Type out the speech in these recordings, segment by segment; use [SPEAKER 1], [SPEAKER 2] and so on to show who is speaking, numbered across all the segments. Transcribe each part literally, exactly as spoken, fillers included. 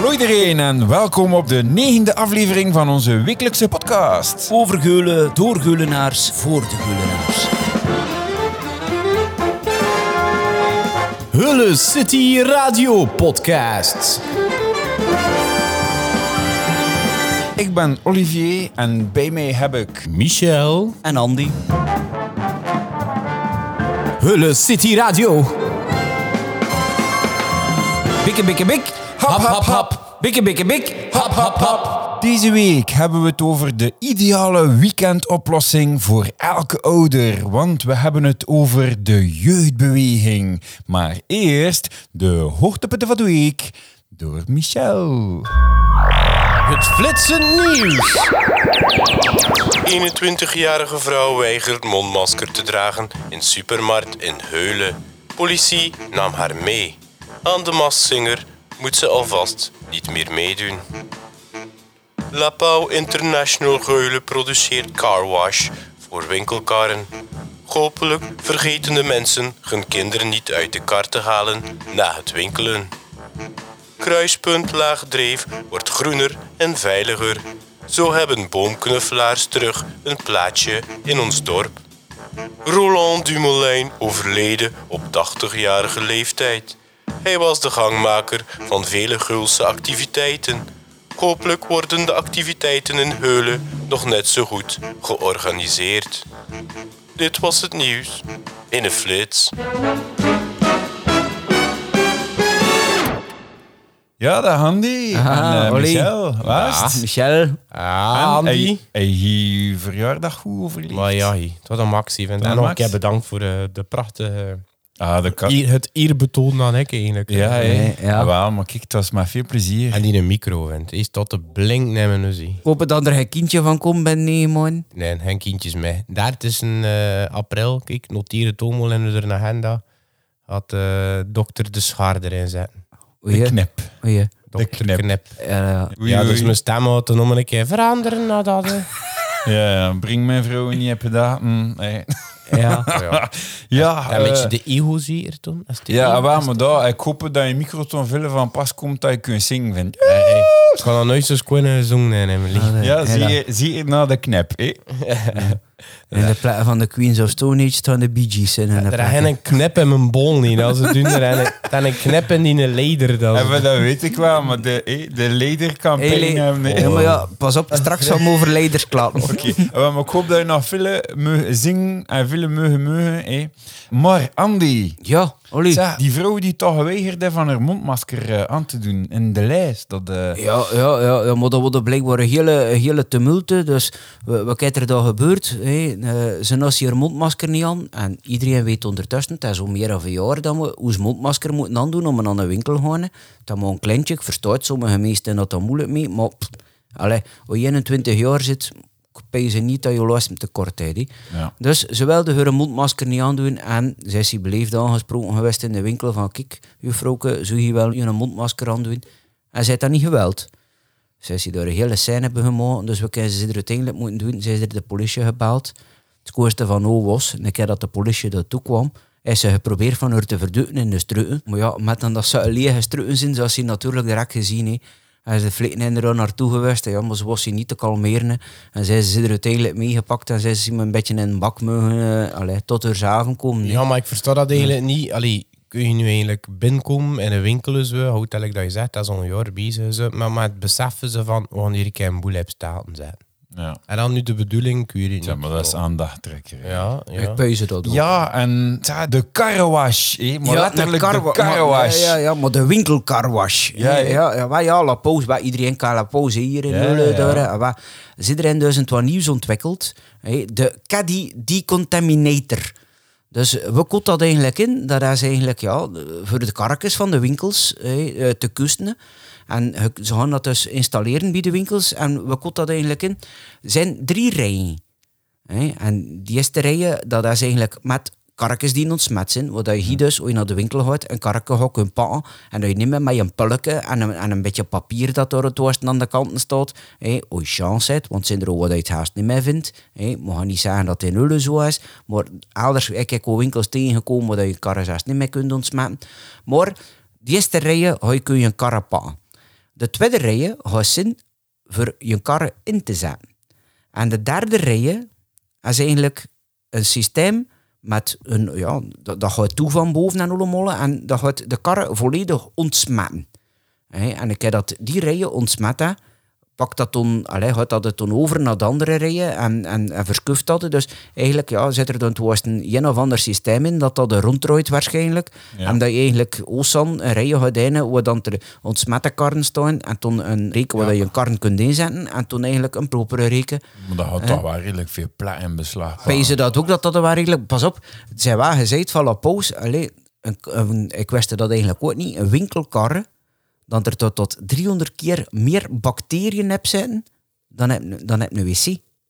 [SPEAKER 1] Hallo iedereen en welkom op de negende aflevering van onze wekelijkse podcast.
[SPEAKER 2] Over Geulen, door Geulenaars, voor de Geulenaars.
[SPEAKER 3] Hulle City Radio Podcast.
[SPEAKER 1] Ik ben Olivier en bij mij heb ik
[SPEAKER 3] Michel
[SPEAKER 2] En Andy.
[SPEAKER 3] Hulle City Radio.
[SPEAKER 2] Bikke, bikke, bik.
[SPEAKER 1] Hap, hap, hap.
[SPEAKER 2] Bikke, bikke, bik. Hap, hap, hap.
[SPEAKER 1] Deze week hebben we het over de ideale weekendoplossing voor elke ouder, want we hebben het over de jeugdbeweging. Maar eerst de hoogtepunten van de week door Michel.
[SPEAKER 3] Het flitsende nieuws.
[SPEAKER 4] eenentwintigjarige vrouw weigert mondmasker te dragen in supermarkt in Heulen. Politie nam haar mee. Aan de Maaszinger moet ze alvast niet meer meedoen. La Pau International Geulen produceert carwash voor winkelkarren. Hopelijk vergeten de mensen hun kinderen niet uit de kar te halen na het winkelen. Kruispunt Laagdreef wordt groener en veiliger. Zo hebben boomknuffelaars terug een plaatsje in ons dorp. Roland Dumoulin overleden op tachtigjarige leeftijd. Hij was de gangmaker van vele Geulse activiteiten. Hopelijk worden de activiteiten in Heulen nog net zo goed georganiseerd. Dit was het nieuws in een flits.
[SPEAKER 1] Ja, dat Andy.
[SPEAKER 2] Ah,
[SPEAKER 1] en uh,
[SPEAKER 2] Olly.
[SPEAKER 1] Michel. Wat?
[SPEAKER 2] Ah, Michel.
[SPEAKER 3] Ah,
[SPEAKER 1] En
[SPEAKER 3] Andy.
[SPEAKER 1] Hij je verjaardag goed overleefd?
[SPEAKER 3] Maar ja, het was een max event.
[SPEAKER 1] Een
[SPEAKER 3] En nog een
[SPEAKER 1] max.
[SPEAKER 3] keer bedankt voor uh, de prachtige...
[SPEAKER 1] Ah, dat kan.
[SPEAKER 3] Eer, het eerbetoon aan ik eigenlijk.
[SPEAKER 1] Ja, hè.
[SPEAKER 2] Nee, ja.
[SPEAKER 1] Ja. Wel, maar kijk, het was met veel plezier.
[SPEAKER 3] En die een micro vent. Hij is tot de blink naar mijn neus.
[SPEAKER 2] Ik hoop dat er geen kindje van komt bij nee, man.
[SPEAKER 3] Nee, geen kindjes mee. Daar tussen uh, april, kijk, noteer het allemaal in de agenda. Had uh, dokter De Schaar erin zetten.
[SPEAKER 1] De
[SPEAKER 2] Oei,
[SPEAKER 1] knip.
[SPEAKER 2] oei.
[SPEAKER 3] Dokter
[SPEAKER 1] knip.
[SPEAKER 3] Knip.
[SPEAKER 2] Ja,
[SPEAKER 1] Oei,
[SPEAKER 3] Ja,
[SPEAKER 1] oei.
[SPEAKER 3] dus mijn stem had dan nog een keer veranderen nadat. hè.
[SPEAKER 1] Ja, ja, breng mijn vrouw niet op datum. Nee.
[SPEAKER 2] ja.
[SPEAKER 3] Ja.
[SPEAKER 1] Ja,
[SPEAKER 3] En met je
[SPEAKER 1] eh,
[SPEAKER 3] de ego zie er toen? Als de
[SPEAKER 1] ja,
[SPEAKER 3] ego-
[SPEAKER 1] wel, maar dat, ik hoop dat je microfoon veel van pas komt dat je kunt zingen vindt.
[SPEAKER 3] Hey, hey. Ik kan dan nooit zo kunnen zongen in mijn lief.
[SPEAKER 2] Ah, nee.
[SPEAKER 1] Ja, zie
[SPEAKER 2] Ja.
[SPEAKER 1] je, zie je naar de knip. Hè?
[SPEAKER 2] In de plek van de Queens of Stone Age staan de Bee Gees in.
[SPEAKER 3] Er is geen knip in mijn bol niet. Als ze doen er een, dan een knip in die leder. Dat
[SPEAKER 1] En dat weet ik wel, maar de, hè, de leidercampagne hebben we-
[SPEAKER 2] Ja, maar ja, pas op, straks gaan we over leiders klappen.
[SPEAKER 1] Oké, okay. Maar ik hoop dat je nog veel mogen zingen en veel mogen mogen. Hè. Maar Andy,
[SPEAKER 2] Ja, Olly.
[SPEAKER 1] zeg, die vrouw die toch geweigerd heeft van haar mondmasker uh, aan te doen in de lijst. Dat, uh...
[SPEAKER 2] Ja, ja, ja, ja, maar dat wordt blijkbaar een hele, een hele tumulte. Dus wat, wat is er dan gebeurd? Hey, uh, ze had haar mondmasker niet aan. En iedereen weet ondertussen, het is al meer dan een jaar dat we hoe ze mondmasker moeten aandoen om naar de winkel te gaan. Hè. Dat is maar een kleintje, ik versta het, sommige mensen dat dat moeilijk mee. Maar pff, allee, als je eenentwintig jaar zit, pijn ze niet dat je last met tekort hebt. Hè.
[SPEAKER 1] Ja.
[SPEAKER 2] Dus ze wilde haar mondmasker niet aandoen en zij is beleefd aangesproken geweest in de winkel van kijk, juffrouwke, zou je wel je mondmasker aandoen? En zij heeft dat niet geweld. Zij is daar een hele scène hebben gemaakt, dus we kunnen ze er uiteindelijk moeten doen. Zij is er de politie gebeld. Het koerste van O was, en een keer dat de politie daartoe kwam, is ze geprobeerd van haar te verdukken in de struiten. Maar ja, met dan dat ze lege struiten zijn, zoals ze natuurlijk direct gezien heeft. Hij is de flikken er naartoe geweest, ja, maar ze was hij niet te kalmeren. Hè. En zij is er uiteindelijk meegepakt en zij is hem een beetje in een bak mogen, uh, allee, tot haar avond komen.
[SPEAKER 3] Ja, maar ik versta dat eigenlijk niet. Allee, kun je nu eigenlijk binnenkomen in een winkel, zo, houdt dat je zegt, dat is al een jaar bezig. Zo, maar met het beseffen ze van, wanneer ik een boel heb staan zetten.
[SPEAKER 1] Ja.
[SPEAKER 3] En dan nu de bedoeling, kun je niet.
[SPEAKER 1] ja, maar dat is aandachttrekker. hè.
[SPEAKER 3] Ja, ja.
[SPEAKER 2] Ik puizen dat ook.
[SPEAKER 1] Ja, en ja, de carwash. hè, Maar letterlijk
[SPEAKER 2] de karwa-
[SPEAKER 1] de carwash.
[SPEAKER 2] Ja, ja, ja, maar de winkelcarwash.
[SPEAKER 1] Ja,
[SPEAKER 2] Ja,
[SPEAKER 1] ja.
[SPEAKER 2] ja, ja, ja, ja, La Pauze, waar iedereen kan La Pauze hier in
[SPEAKER 1] Ja,
[SPEAKER 2] Heulen.
[SPEAKER 1] ja.
[SPEAKER 2] Daar, hè. Waar- Ze hebben dus wat nieuws ontwikkeld. Hè, de Caddy Decontaminator. Dus we koten dat eigenlijk in. Dat is eigenlijk ja, voor de karkens van de winkels hè, te kusten. En ze gaan dat dus installeren bij de winkels. En we koten dat eigenlijk in. Er zijn drie rijen. Hè. En die eerste rijen, dat is eigenlijk met karkens die ontsmet zijn, waar je hier dus, als je naar de winkel gaat, een karken gaat kunnen pakken en dat je niet meer met een pulke en een, en een beetje papier dat door het oosten aan de kanten staat, hé, als je chance hebt, want zijn er ook wat je het haast niet meer vindt. Hé, we gaan niet zeggen dat het in Heulen zo is, maar elders ik heb al winkels tegengekomen waar je karren haast niet meer kunt ontsmetten. Maar die eerste rijen ga je kun je een karren pakken. De tweede rij gaat zijn voor je karren in te zetten. En de derde rij is eigenlijk een systeem met een, ja, dat, dat gaat toe van boven en allemaal en dat gaat de karren volledig ontsmetten. He, en ik heb dat die rijen ontsmetten, pakt dat dan, allez, gaat dat het dan over naar de andere rijen en, en, en verskuft dat. Dus eigenlijk ja, zit er dan toevallig een, een of ander systeem in dat dat er ronddraait waarschijnlijk. Ja. En dat je eigenlijk Oosan een rijen gaat in waar dan er ontsmette karren staan en toen een reken waar ja. je een karren kunt inzetten en toen eigenlijk een propere reken.
[SPEAKER 1] Maar dat had eh. toch wel redelijk veel plek in beslag.
[SPEAKER 2] Weet je dat ook, dat dat wel redelijk... Pas op, het zijn wel gezegd van la pauze, allez, een, een, ik wist dat eigenlijk ook niet, een winkelkarren dat er tot, tot driehonderd keer meer bacteriën hebt zitten dan heb, dan heb een wc.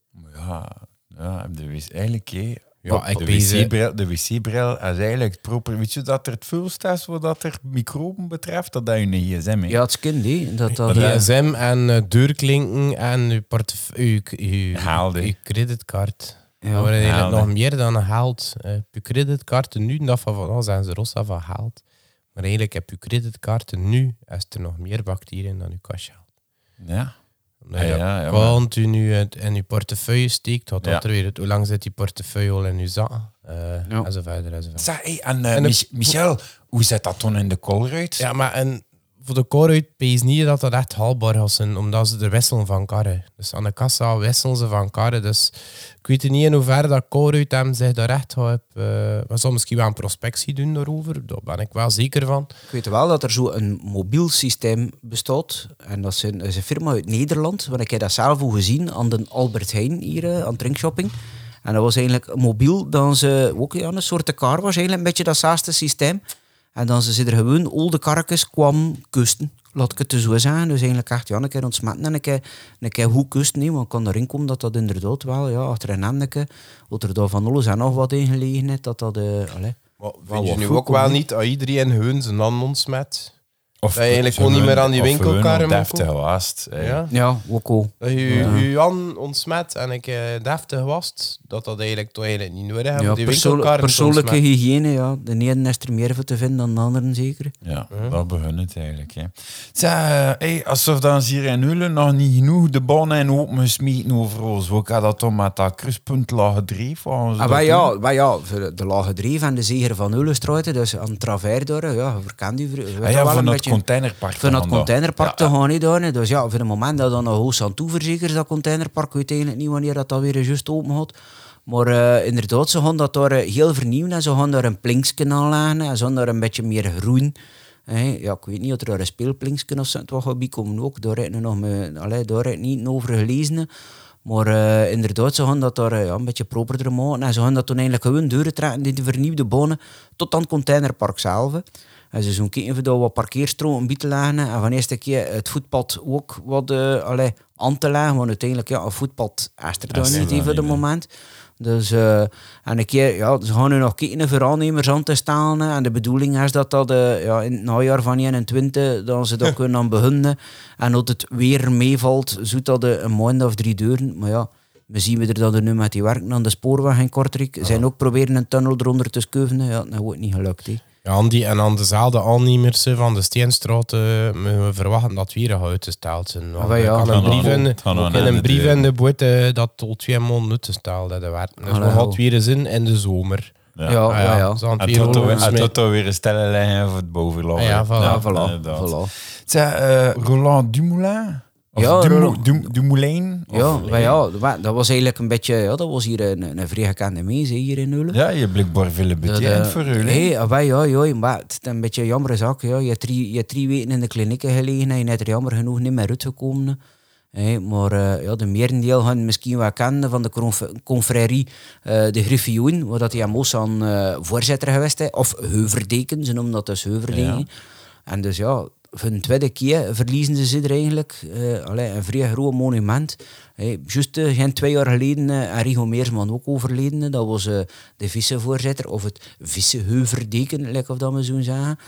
[SPEAKER 1] Ja, ja de wc, eigenlijk... Hé,
[SPEAKER 3] ja,
[SPEAKER 1] de wc-bril, de wc-bril is eigenlijk het proper... Weet je dat er het vulst is wat er microben betreft? Dat dat je een gsm heeft.
[SPEAKER 2] Ja, het kind, hè. Dat, dat,
[SPEAKER 3] G S M en uh, deurklinken en uw portefeuille, uw, uw, uw creditcard. Ja, dat wordt eigenlijk nog meer dan gehaald. Uh, uw creditkaarten nu, dat van vanaf zijn ze rosa van gehaald. Maar eigenlijk heb je creditkaarten nu, is er nog meer bacteriën dan je kastje haalt.
[SPEAKER 1] Ja.
[SPEAKER 3] Dat je ja, ja, continu ja, in je portefeuille steekt, tot
[SPEAKER 1] ja.
[SPEAKER 3] er weer, hoe lang zit die portefeuille al in je zak? Uh, ja. En zo verder, en zo verder.
[SPEAKER 1] Zeg, hey, en, uh, en Mich- Michel, hoe zit dat dan in de koolruit?
[SPEAKER 3] Ja, maar en voor de koolruit pees niet dat dat echt haalbaar is, omdat ze er wisselen van karren. Dus aan de kassa wisselen ze van karren. Dus ik weet niet in hoeverre dat koolruit hem zich daar echt gaat. Uh, we zullen misschien wel een prospectie doen daarover. Daar ben ik wel zeker van.
[SPEAKER 2] Ik weet wel dat er zo een mobiel systeem bestaat. En dat is een, dat is een firma uit Nederland. Want ik heb dat zelf al gezien aan de Albert Heijn hier uh, aan Trinkshopping. En dat was eigenlijk een mobiel. Dan ze ook ja, een soort car was eigenlijk een beetje datzelfde systeem. En dan ze er gewoon al de karretjes kwam kusten. Laat ik het zo zeggen. Dus eigenlijk echt ja, een keer ontsmetten en een keer, een keer goed kusten. Nee, want ik kan erin komen dat dat inderdaad wel, ja, achter een handeke, wat er daar van alles en nog wat in gelegen is, dat dat... Uh, allez,
[SPEAKER 3] maar vind je nu ook wel niet dat iedereen gewoon zijn hand ontsmet?
[SPEAKER 1] Of
[SPEAKER 3] dat je eigenlijk gewoon niet meer aan die winkelkarren
[SPEAKER 1] moet deftig wast.
[SPEAKER 2] Ja, ja ook al.
[SPEAKER 3] Dat je ja. je hand ontsmet en ik uh, deftig wast, dat dat eigenlijk toch eigenlijk niet nodig is.
[SPEAKER 2] Ja,
[SPEAKER 3] die
[SPEAKER 2] persoon- persoonlijke hygiëne, ja. De ene is er meer voor te vinden dan de anderen, zeker.
[SPEAKER 1] Ja, uh-huh. Dat begint het eigenlijk. Hè. Zeg, uh, hey, alsof dan hier in Hulen nog niet genoeg de banen en open gesmeten over ons. Hoe kan dat dan met dat kruispunt Lage Dreef?
[SPEAKER 2] Ah, wij ja, wij ja, voor de Lage Dreef en de Zeger van Hulenstraat, dus aan het travers door, ja, verkent u.
[SPEAKER 1] Ah, ja, van het containerpark.
[SPEAKER 2] Van het containerpark ja, te gaan niet doen. Dus ja, voor het moment dat dan nog hoogst aan toeverzekerd dat containerpark, weet eigenlijk niet wanneer dat, dat weer juist open gaat. Maar uh, inderdaad, ze gaan dat daar uh, heel vernieuwen en ze gaan daar een plinksken aanleggen en ze gaan daar een beetje meer groen. Hey, ja, ik weet niet of er daar een speelplinksken of zo wat gaat bijkomen ook. Daar heb ik nog me, allee, daar heb ik niet over gelezen. Maar uh, inderdaad, ze gaan dat daar uh, ja, een beetje properder maken en ze gaan dat toen eigenlijk gewoon deuren trekken in de vernieuwde banen tot aan het containerpark zelf. En ze zo'n keer even daar wat parkeerstroom bij te leggen en van de eerste keer het voetpad ook wat uh, allee, aan te leggen, want uiteindelijk ja, een voetpad is er dan niet voor het moment. Dus, uh, en een keer, ja, ze gaan nu nog kijken voor aannemers aan te staan. En de bedoeling is dat dat uh, ja, in het najaar van eenentwintig dan ze dat kunnen aan beginnen. En dat het weer meevalt, zoet dat een maand of drie deuren. Maar ja, we zien we er dat er nu met die werken aan de spoorweg in Kortrijk. Ze ja. zijn ook proberen een tunnel eronder te schuiven. Ja, dat wordt niet gelukt. He.
[SPEAKER 3] Ja, die, en aan dezelfde aannemers van de Steenstraat uh, we verwachten dat weer uitgesteld zijn.
[SPEAKER 2] Ah, ja,
[SPEAKER 3] ik kan een brief in, in een brief in de boot uh, dat tot twee maanden uitgesteld is. Dat is nog altijd weer eens in in de zomer.
[SPEAKER 2] Ja, ja, ah, ja. ja.
[SPEAKER 1] En tot, tot er weer een stellen leggen voor het bovenlaag.
[SPEAKER 3] Ah, ja, voilà.
[SPEAKER 2] Ja, voilà. voilà.
[SPEAKER 1] Zeg, uh, Roland Dumoulin? Of
[SPEAKER 2] ja,
[SPEAKER 1] Dumoulin? Dum, Dumoulin?
[SPEAKER 2] Ja, maar ja, dat was eigenlijk een beetje... Ja, dat was hier een, een vrij gekende mees hier in Hulen.
[SPEAKER 1] Ja, je blijkbaar veel betekend voor Hulen.
[SPEAKER 2] Hey, ja, ja, maar het is een beetje een jammer zaak. Ja. Je hebt drie, je drie weken in de klinieken gelegen en je net er jammer genoeg niet meer uitgekomen. Hey, maar uh, ja, de merendeel gaan misschien wel kennen van de conf- confrérie uh, de Griffioen, waar dat hij aan aan uh, voorzitter geweest is. Of Heuverdeken, ze noemen dat dus Heuverdeken. Ja. En dus ja... Voor een tweede keer verliezen ze er eigenlijk uh, allee, een vrij groot monument. Hey, Juist uh, geen twee jaar geleden uh, Rigo Meersman ook overleden. Dat was uh, de vicevoorzitter, of het viceheuverdeken, like of dat we zo zeggen.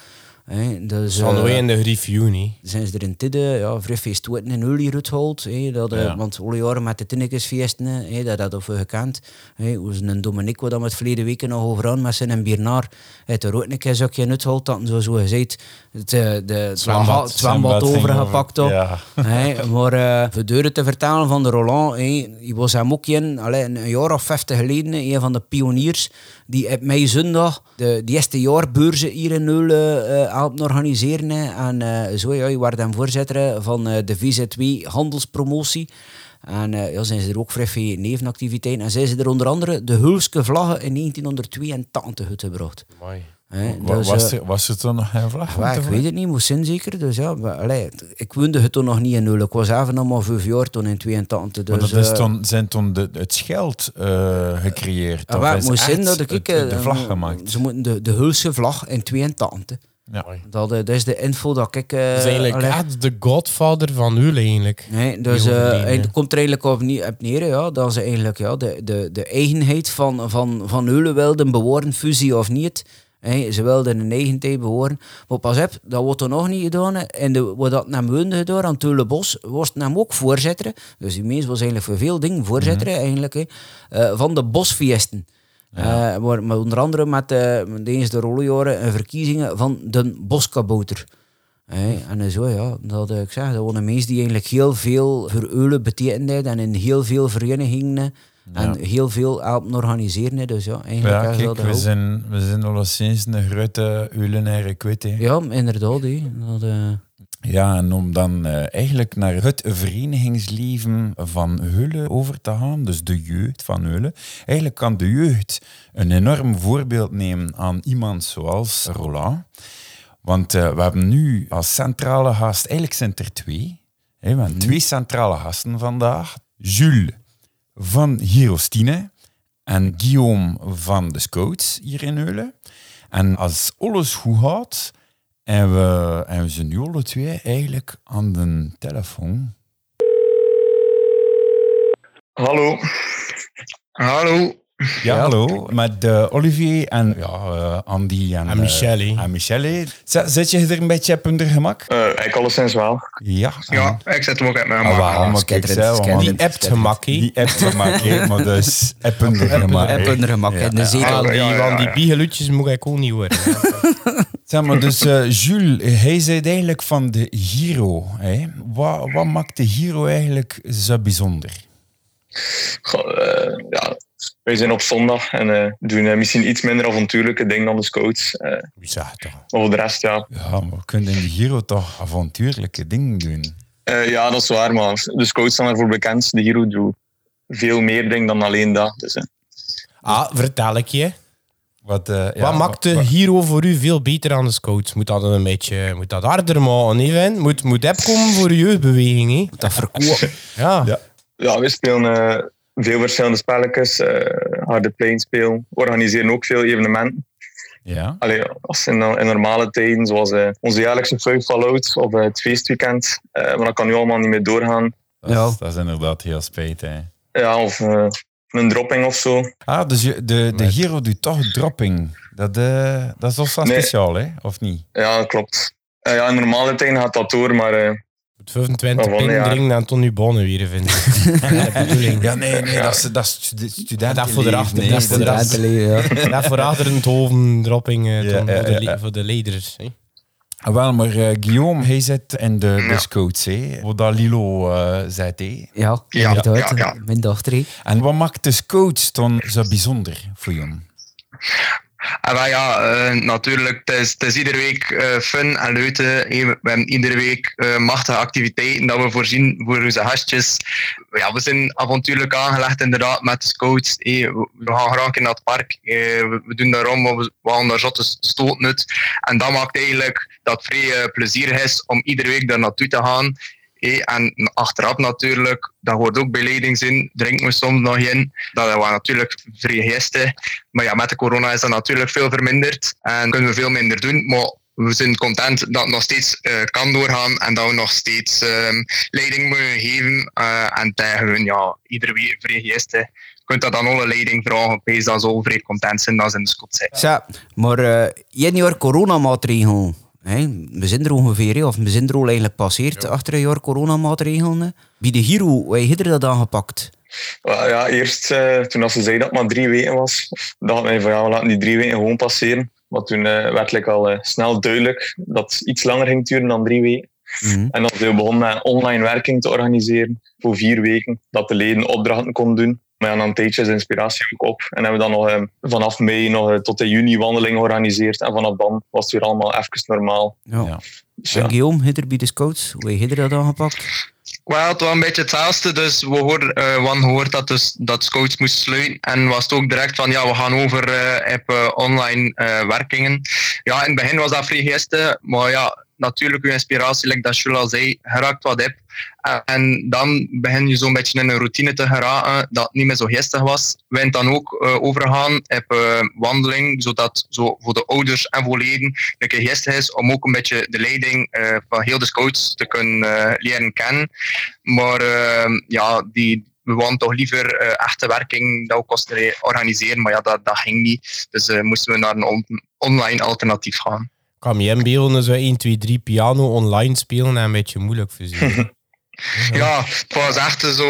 [SPEAKER 2] Hey, dus,
[SPEAKER 3] van
[SPEAKER 2] uh,
[SPEAKER 3] in de review niet.
[SPEAKER 2] Zijn ze er in Tidde, ja, vrij veel stoten in Uli uitgehaald. Hey, dat, uh, ja. Want alle jaren met de Tinnekesfeesten, hey, dat had we gekend. Hey, hoe ze een Dominique, wat dat met verleden weken nog over aan met zijn Biernaar, heeft er ook een keer zo'n keer uitgehaald, dat zo, zo gezegd, het, de zwembad, zwembad overgepakt op. Ja. Hey, maar uh, voor deuren te vertellen van de Roland, hey, die was hem ook in, allee, een jaar of vijftig geleden, een van de pioniers, die op mei zondag de, de eerste jaarbeurzen hier in Eulen uh, helpen organiseren. En uh, zo, ja, je werd dan voorzitter van uh, de V Z W handelspromotie. En uh, ja, zijn ze er ook vrij veel nevenactiviteiten. En zijn ze er onder andere de Hulske vlaggen in negentienhonderdtweeëntachtig uitgebracht.
[SPEAKER 3] Mooi.
[SPEAKER 1] He, dus, was, er, was er toen nog geen vlag?
[SPEAKER 2] Ja, ik weet het niet, moest zijn zeker. Dus ja, maar, allee, ik woonde het toen nog niet in Eulen. Ik was even nog maar vijf jaar toen in tweeëntachtig. Dus,
[SPEAKER 1] maar dat is toen, zijn toen de, het scheld uh, gecreëerd?
[SPEAKER 2] Ja, het moest zijn dat ik...
[SPEAKER 1] Het, de, de vlag gemaakt?
[SPEAKER 2] Ze moeten de, de Hulse vlag in tweeëntachtig. Ja. Dat, dat is de info dat ik... Uh,
[SPEAKER 3] dat is eigenlijk echt de godfather van Eulen eigenlijk.
[SPEAKER 2] Nee, dus uh, het komt er eigenlijk op, op neer, ja, dat ze eigenlijk ja, de, de, de eigenheid van, van, van Eulen wilden behoren, fusie of niet. Hey, ze wilden een eigen tijd behoren. Maar pas op, dat wordt er nog niet gedaan. En de, wat dat naar Meunde gedaan, aan Teulenbos, was hem ook voorzitter. Dus die mens was eigenlijk voor veel dingen voorzitter, mm-hmm. eigenlijk, hey, uh, van de bosfeesten. Ja. Uh, maar, maar onder andere met uh, deze de rollenjaren en verkiezingen van de boskabouter. Hey, en zo, ja, dat ik zeg, dat waren mensen die eigenlijk heel veel voor Eulen betekenden en in heel veel verenigingen ja. en heel veel helpen organiseren. Dus ja, eigenlijk
[SPEAKER 1] ja, kijk, we zijn, we zijn al sinds een grote Eulenaire kwijt.
[SPEAKER 2] Ja, inderdaad. He. Dat, uh...
[SPEAKER 1] Ja, en om dan uh, eigenlijk naar het verenigingsleven van Eulen over te gaan, dus de jeugd van Eulen. Eigenlijk kan de jeugd een enorm voorbeeld nemen aan iemand zoals Roland. Want uh, we hebben nu als centrale gast, eigenlijk zijn er twee. Hè, we hebben mm. twee centrale gasten vandaag. Jules van Girostine en Guillaume van de Scouts hier in Eulen. En als alles goed gaat, en we, en we zijn nu alle twee eigenlijk aan de telefoon.
[SPEAKER 5] Hallo. Hallo.
[SPEAKER 1] Ja, hallo, met uh, Olivier en ja, uh, Andy en,
[SPEAKER 3] en Michelle. Uh,
[SPEAKER 1] en Michelle. Z- zit je er een beetje op hun gemak?
[SPEAKER 5] Uh, ik alleszins wel.
[SPEAKER 1] Ja.
[SPEAKER 5] Ja, ik zit hem ook op mijn gemak.
[SPEAKER 1] Ah, waarom? Kijk, zelf,
[SPEAKER 3] die appt gemak,
[SPEAKER 1] Die appt gemak, maar dus op hun gemak.
[SPEAKER 2] Op hun gemak,
[SPEAKER 3] ja. De zee ja, die, ja, ja, ja. die biegelutjes moet ik ook niet horen.
[SPEAKER 1] Zeg maar, dus uh, Jules, hij zei eigenlijk van de Giro. Hè? Wat, wat maakt de Giro eigenlijk zo bijzonder?
[SPEAKER 5] Goh, uh, ja... Wij zijn op zondag en uh, doen uh, misschien iets minder avontuurlijke dingen dan de Scouts. Uh,
[SPEAKER 1] Bizar toch?
[SPEAKER 5] Maar voor de rest, ja.
[SPEAKER 1] Ja, maar we kunnen in de Giro toch avontuurlijke dingen doen?
[SPEAKER 5] Uh, ja, dat is waar, maar de Scouts zijn ervoor bekend. De Giro doet veel meer dingen dan alleen dat. Dus, uh.
[SPEAKER 3] Ah, vertel ik je.
[SPEAKER 1] Wat, uh, ja,
[SPEAKER 3] wat maakt de Giro voor u veel beter dan de Scouts? Moet dat een beetje moet dat harder maken, hè? Moet, moet app komen voor de jeugdbeweging, hè?
[SPEAKER 2] Moet dat verkopen.
[SPEAKER 3] Ja.
[SPEAKER 5] Ja, ja we spelen... Uh, Veel verschillende spelletjes, uh, harde plein spelen, organiseren ook veel evenementen.
[SPEAKER 1] Ja.
[SPEAKER 5] Allee, als in, in normale tijden, zoals uh, onze jaarlijkse Five Fallout of uh, het feestweekend, uh, maar dat kan nu allemaal niet meer doorgaan.
[SPEAKER 1] Dat is, ja. dat is inderdaad heel spijtig. Hè.
[SPEAKER 5] Ja, of uh, een dropping of zo.
[SPEAKER 1] Ah, dus je, de, de Giro doet toch dropping. Dat, uh, dat is toch zo nee. speciaal, hè? Of niet?
[SPEAKER 5] Ja, klopt. Uh, ja, in normale tijden gaat dat door, maar... Uh,
[SPEAKER 3] vijfentwintig pin drinken en Tony Bonne weer vinden.
[SPEAKER 1] Ja, nee, nee, dat is, dat is studenten.
[SPEAKER 3] Dat voor erachter.
[SPEAKER 1] Nee,
[SPEAKER 3] dat voor erachter. Ja. Dat voor achter een tovendropping uh, ja, ja, voor, de, ja. voor de leiders. Hè.
[SPEAKER 1] Ah, wel, maar uh, Guillaume, hij zit in de, de Scouts, hè, wat dat Lilo uh, zei. Hè.
[SPEAKER 2] Ja, ja, ja, ja, ja. Mijn dochter. Hè.
[SPEAKER 1] En wat maakt de Scouts dan zo bijzonder voor jou?
[SPEAKER 5] En wel ja, uh, natuurlijk, het is, het is iedere week uh, fun en leuk. We hebben iedere week uh, machtige activiteiten dat we voorzien voor onze gastjes. Ja, we zijn avontuurlijk aangelegd inderdaad met de Scouts. Hey, we gaan graag in dat park. Uh, we, we doen daarom, we, we gaan daar zotte stoot uit. En dat maakt eigenlijk dat het vrij uh, plezierig is om iedere week daar naartoe te gaan. Hey, en achteraf natuurlijk, dat hoort ook bij leiding in, drinken we soms nog in. Dat was natuurlijk vrij geestig. Maar ja, met de corona is dat natuurlijk veel verminderd. En kunnen we veel minder doen. Maar we zijn content dat het nog steeds uh, kan doorgaan. En dat we nog steeds um, leiding moeten geven. Uh, en tegen hun, ja, iedere week vrij geestig. Je kunt dat dan alle leiding vragen. Wees dan zo vrij content zijn dat ze in de Scouts zijn.
[SPEAKER 2] Ja, maar uh, je hebt niet coronamaatregelen. Hey, we zijn er ongeveer, hè, of we zijn er al eigenlijk passeerd ja. achter een jaar coronamaatregelen. Bij de Hero, hoe heb je dat aangepakt?
[SPEAKER 5] Well, ja, eerst uh, toen ze zei dat het maar drie weken was, dacht ik van ja, we laten die drie weken gewoon passeren. Maar toen uh, werd het al uh, snel duidelijk dat het iets langer ging duren dan drie weken. Mm-hmm. En dat we begonnen met online werking te organiseren voor vier weken. Dat de leden opdrachten konden doen. Maar ja, dan een tijdje is de inspiratie ook op. En hebben we dan nog uh, vanaf mei nog, uh, tot de juni wandeling georganiseerd. En vanaf dan was het weer allemaal even normaal.
[SPEAKER 2] Ja. Ja. Dus, ja. En Guillaume, hitter bij de scouts, hoe heb je dat aangepakt?
[SPEAKER 5] Wel, het was een beetje hetzelfde. Dus we hoorden uh, van gehoord dat, dus, dat scouts moest sluiten. En was het ook direct van, ja, we gaan over uh, op uh, online uh, werkingen. Ja, in het begin was dat vrij geestig. Maar ja, natuurlijk, uw inspiratie, like dat Jules al zei, geraakt wat heb. En dan begin je zo'n beetje in een routine te geraken dat niet meer zo geestig was. We zijn dan ook uh, overgaan op uh, wandeling, zodat zo voor de ouders en voor leden een keer geestig is om ook een beetje de leiding uh, van heel de scouts te kunnen uh, leren kennen. Maar uh, ja, die... We wilden toch liever uh, echte werking dat we kosten organiseren, maar ja, dat, dat ging niet. Dus uh, moesten we naar een on- online alternatief gaan.
[SPEAKER 3] Kan je inbeelden, zo één, twee, drie piano online spelen en een beetje moeilijk voor ze.
[SPEAKER 5] Ja, het was echt zo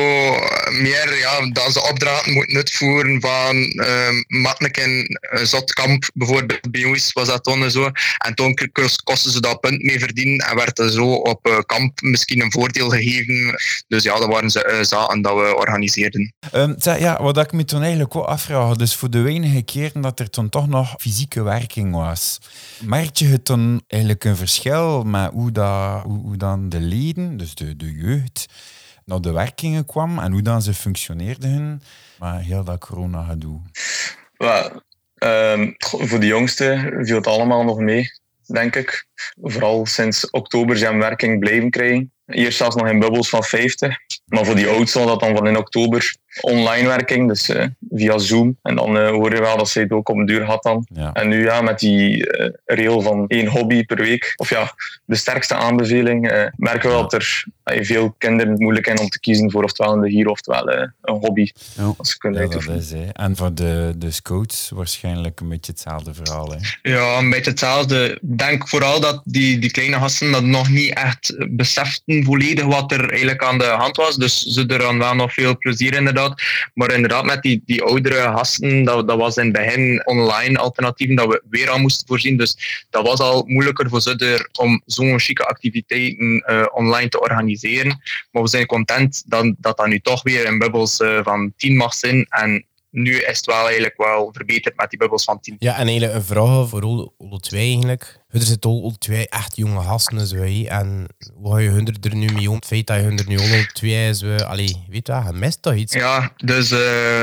[SPEAKER 5] meer ja, dat ze opdrachten moeten uitvoeren van uh, makkelijk in uh, Zotkamp bijvoorbeeld bij ons was dat toen zo. En toen kosten ze dat punt mee verdienen en werd er zo op uh, kamp misschien een voordeel gegeven. Dus ja, dat waren ze uh, zaken dat we organiseerden.
[SPEAKER 1] Um, zeg, ja, wat ik me toen eigenlijk ook afvraag, dus voor de weinige keren dat er toen toch nog fysieke werking was, merk je het dan eigenlijk een verschil met hoe, dat, hoe, hoe dan de leden, dus de, de jeugd, naar de werkingen kwam en hoe dan ze functioneerden, maar heel dat corona-gedoe?
[SPEAKER 5] Well, um, voor de jongsten viel het allemaal nog mee, denk ik. Vooral sinds oktober zijn werking blijven krijgen. Eerst zelfs nog in bubbels van vijftig. Maar voor die oudsten was dat dan van in oktober online werking, dus uh, via Zoom. En dan uh, hoor je wel dat zij het ook op een duur had dan. Ja. En nu ja, met die uh, regel van één hobby per week, of ja, de sterkste aanbeveling, uh, merken we ja. dat er uh, veel kinderen het moeilijk zijn om te kiezen voor oftewel een hier oftewel uh, een hobby.
[SPEAKER 1] Ja, als ze kunnen ja dat is, hè. En voor de, de scouts waarschijnlijk een beetje hetzelfde verhaal. Hè?
[SPEAKER 5] Ja, een beetje hetzelfde. Ik denk vooral dat die, die kleine gasten dat nog niet echt beseften volledig wat er eigenlijk aan de hand was. Dus ze er dan wel nog veel plezier inderdaad. Maar inderdaad, met die, die oudere gasten, dat, dat was in het begin online alternatieven dat we weer al moesten voorzien. Dus dat was al moeilijker voor ze er om zo'n chique activiteiten uh, online te organiseren. Maar we zijn content dat dat, dat nu toch weer in bubbels uh, van tien mag zijn. En nu is het wel eigenlijk wel verbeterd met die bubbels van tien.
[SPEAKER 3] Ja, en eigenlijk een vraag voor alle twee eigenlijk. Er zitten al twee echt jonge gasten zo, en hoe ga je hun er nu mee om? Het feit dat je hun er nu al twee is, allee, weet je wat, je mist toch iets?
[SPEAKER 5] Ja, dus uh,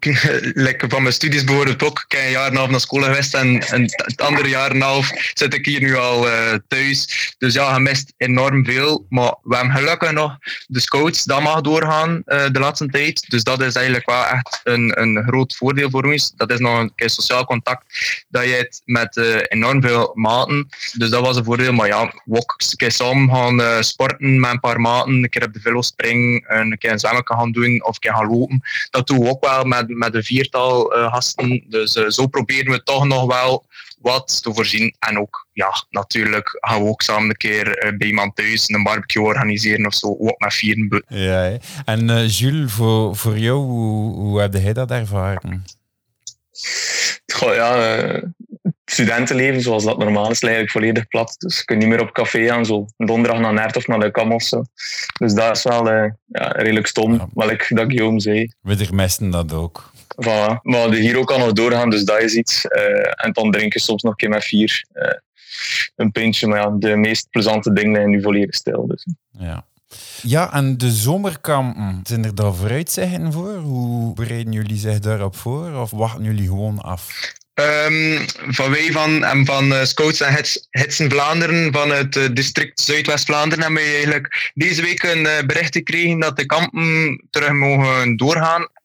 [SPEAKER 5] like van mijn studies bijvoorbeeld ook. Ik heb een jaar en een half naar school geweest en, en het andere jaar en een half zit ik hier nu al uh, thuis. Dus ja, je mist enorm veel. Maar we hebben gelukkig nog de scouts, dat mag doorgaan uh, de laatste tijd. Dus dat is eigenlijk wel echt een, een groot voordeel voor ons. Dat is nog een keer sociaal contact, dat je het met uh, enorm veel maten. Dus dat was een voordeel. Maar ja, we ook een keer samen gaan uh, sporten met een paar maten. Een keer op de velo springen, een keer een zwemmen gaan doen of een keer gaan lopen. Dat doen we ook wel met, met een viertal uh, gasten. Dus uh, zo proberen we toch nog wel wat te voorzien. En ook, ja, natuurlijk gaan we ook samen een keer uh, bij iemand thuis een barbecue organiseren of zo. Ook met vieren.
[SPEAKER 1] Ja, en uh, Jules, voor, voor jou, hoe, hoe heb jij dat ervaren?
[SPEAKER 5] Goh, ja... Uh... studentenleven, zoals dat normaal is, eigenlijk volledig plat. Dus je kunt niet meer op café gaan, zo donderdag naar Nert of naar de Kam of zo. Dus dat is wel uh, ja, redelijk stom, ja. Wat ik, dat Guillaume zei.
[SPEAKER 1] We vermisten dat ook.
[SPEAKER 5] Voilà. Maar de Hero kan nog doorgaan, dus dat is iets. Uh, en dan drink je soms nog een keer met vier. Uh, een pintje, maar ja, de meest plezante dingen zijn nu volledig stil. Dus.
[SPEAKER 1] Ja. Ja, en de zomerkampen, zijn er daar vooruitzichten voor? Hoe bereiden jullie zich daarop voor? Of wachten jullie gewoon af?
[SPEAKER 5] Um, van wij van, en van uh, Scouts en Hitsen Vlaanderen van het uh, district Zuidwest-Vlaanderen hebben we eigenlijk deze week een uh, bericht gekregen dat de kampen terug mogen doorgaan.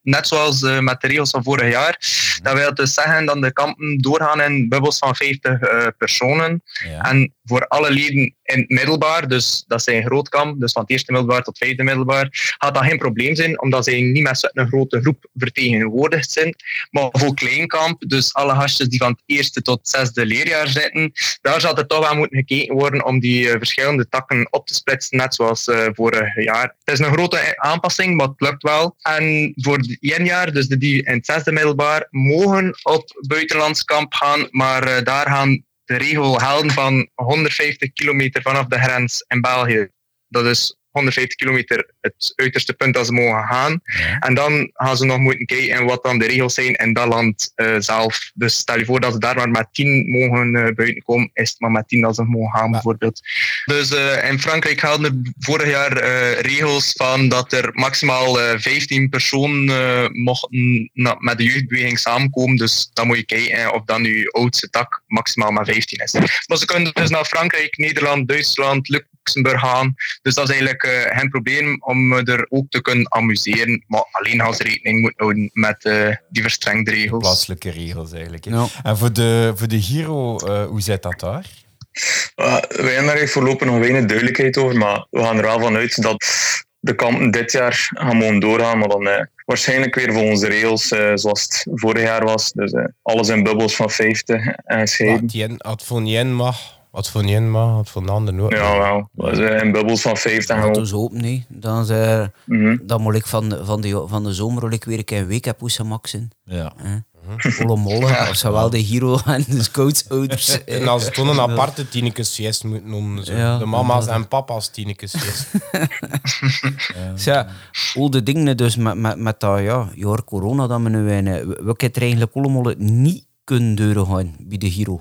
[SPEAKER 5] net zoals uh, met de regels van vorig jaar. Dat wil dus zeggen dat de kampen doorgaan in bubbels van vijftig uh, personen. Ja. En voor alle leden in het middelbaar, dus dat zijn groot kamp, dus van het eerste middelbaar tot vijfde middelbaar, gaat dat geen probleem zijn, omdat zij niet met een grote groep vertegenwoordigd zijn. Maar voor kleinkamp, dus alle gastjes die van het eerste tot het zesde leerjaar zitten, daar zal er toch wel moeten gekeken worden om die uh, verschillende takken op te splitsen, net zoals uh, vorig jaar. Het is een grote aanpassing, maar het lukt wel. En voor het één jaar, dus de die in het zesde middelbaar, mogen op buitenlands kamp gaan, maar uh, daar gaan de regel gelden van honderdvijftig kilometer vanaf de grens in België. Dat is honderdvijftig kilometer het uiterste punt dat ze mogen gaan. Ja. En dan gaan ze nog moeten kijken wat dan de regels zijn in dat land uh, zelf. Dus stel je voor dat ze daar maar met tien mogen uh, buiten komen, is het maar met tien dat ze mogen gaan, bijvoorbeeld. Dus uh, in Frankrijk hadden er vorig jaar uh, regels van dat er maximaal uh, vijftien personen uh, mochten na, met de jeugdbeweging samenkomen. Dus dan moet je kijken of dan je oudste tak maximaal maar vijftien is. Maar ze kunnen dus naar Frankrijk, Nederland, Duitsland, Luxemburg gaan. Dus dat is eigenlijk uh, geen probleem om er ook te kunnen amuseren. Maar alleen gaan ze rekening moeten houden met uh, die verstrengde regels.
[SPEAKER 1] Plaatselijke regels eigenlijk. Ja. En voor de, voor de Giro, uh, hoe zit dat daar?
[SPEAKER 6] Uh, wij hebben daar voorlopig nog weinig duidelijkheid over, maar we gaan er wel van uit dat de kampen dit jaar gaan mogen doorgaan, maar dan uh, waarschijnlijk weer volgens de regels uh, zoals het vorig jaar was. Dus uh, alles in bubbels van vijftig en scheiden.
[SPEAKER 3] Wat voor een mag... Wat voor een mag, wat voor een ander ook.
[SPEAKER 6] Ja, wel. Dus, uh, in bubbels van vijftig.
[SPEAKER 2] Dat is open, nee. Dan, uh, mm-hmm. dan moet ik van de, van de, van de zomer wil ik weer een keer een week heb maxen.
[SPEAKER 1] Ja.
[SPEAKER 2] Uh, Olle molle, ja. Of zowel de Giro en de scoutsouders.
[SPEAKER 3] En als ze toen een aparte Tinekes-feest moeten noemen. Zo. Ja, de mama's ja. en papa's Tinekes-feest.
[SPEAKER 2] ja. Ja, al de dingen dus met, met, met dat ja, jaar corona dat we nu in, we, we kunnen eigenlijk allemaal niet kunnen deuren gaan bij de Giro.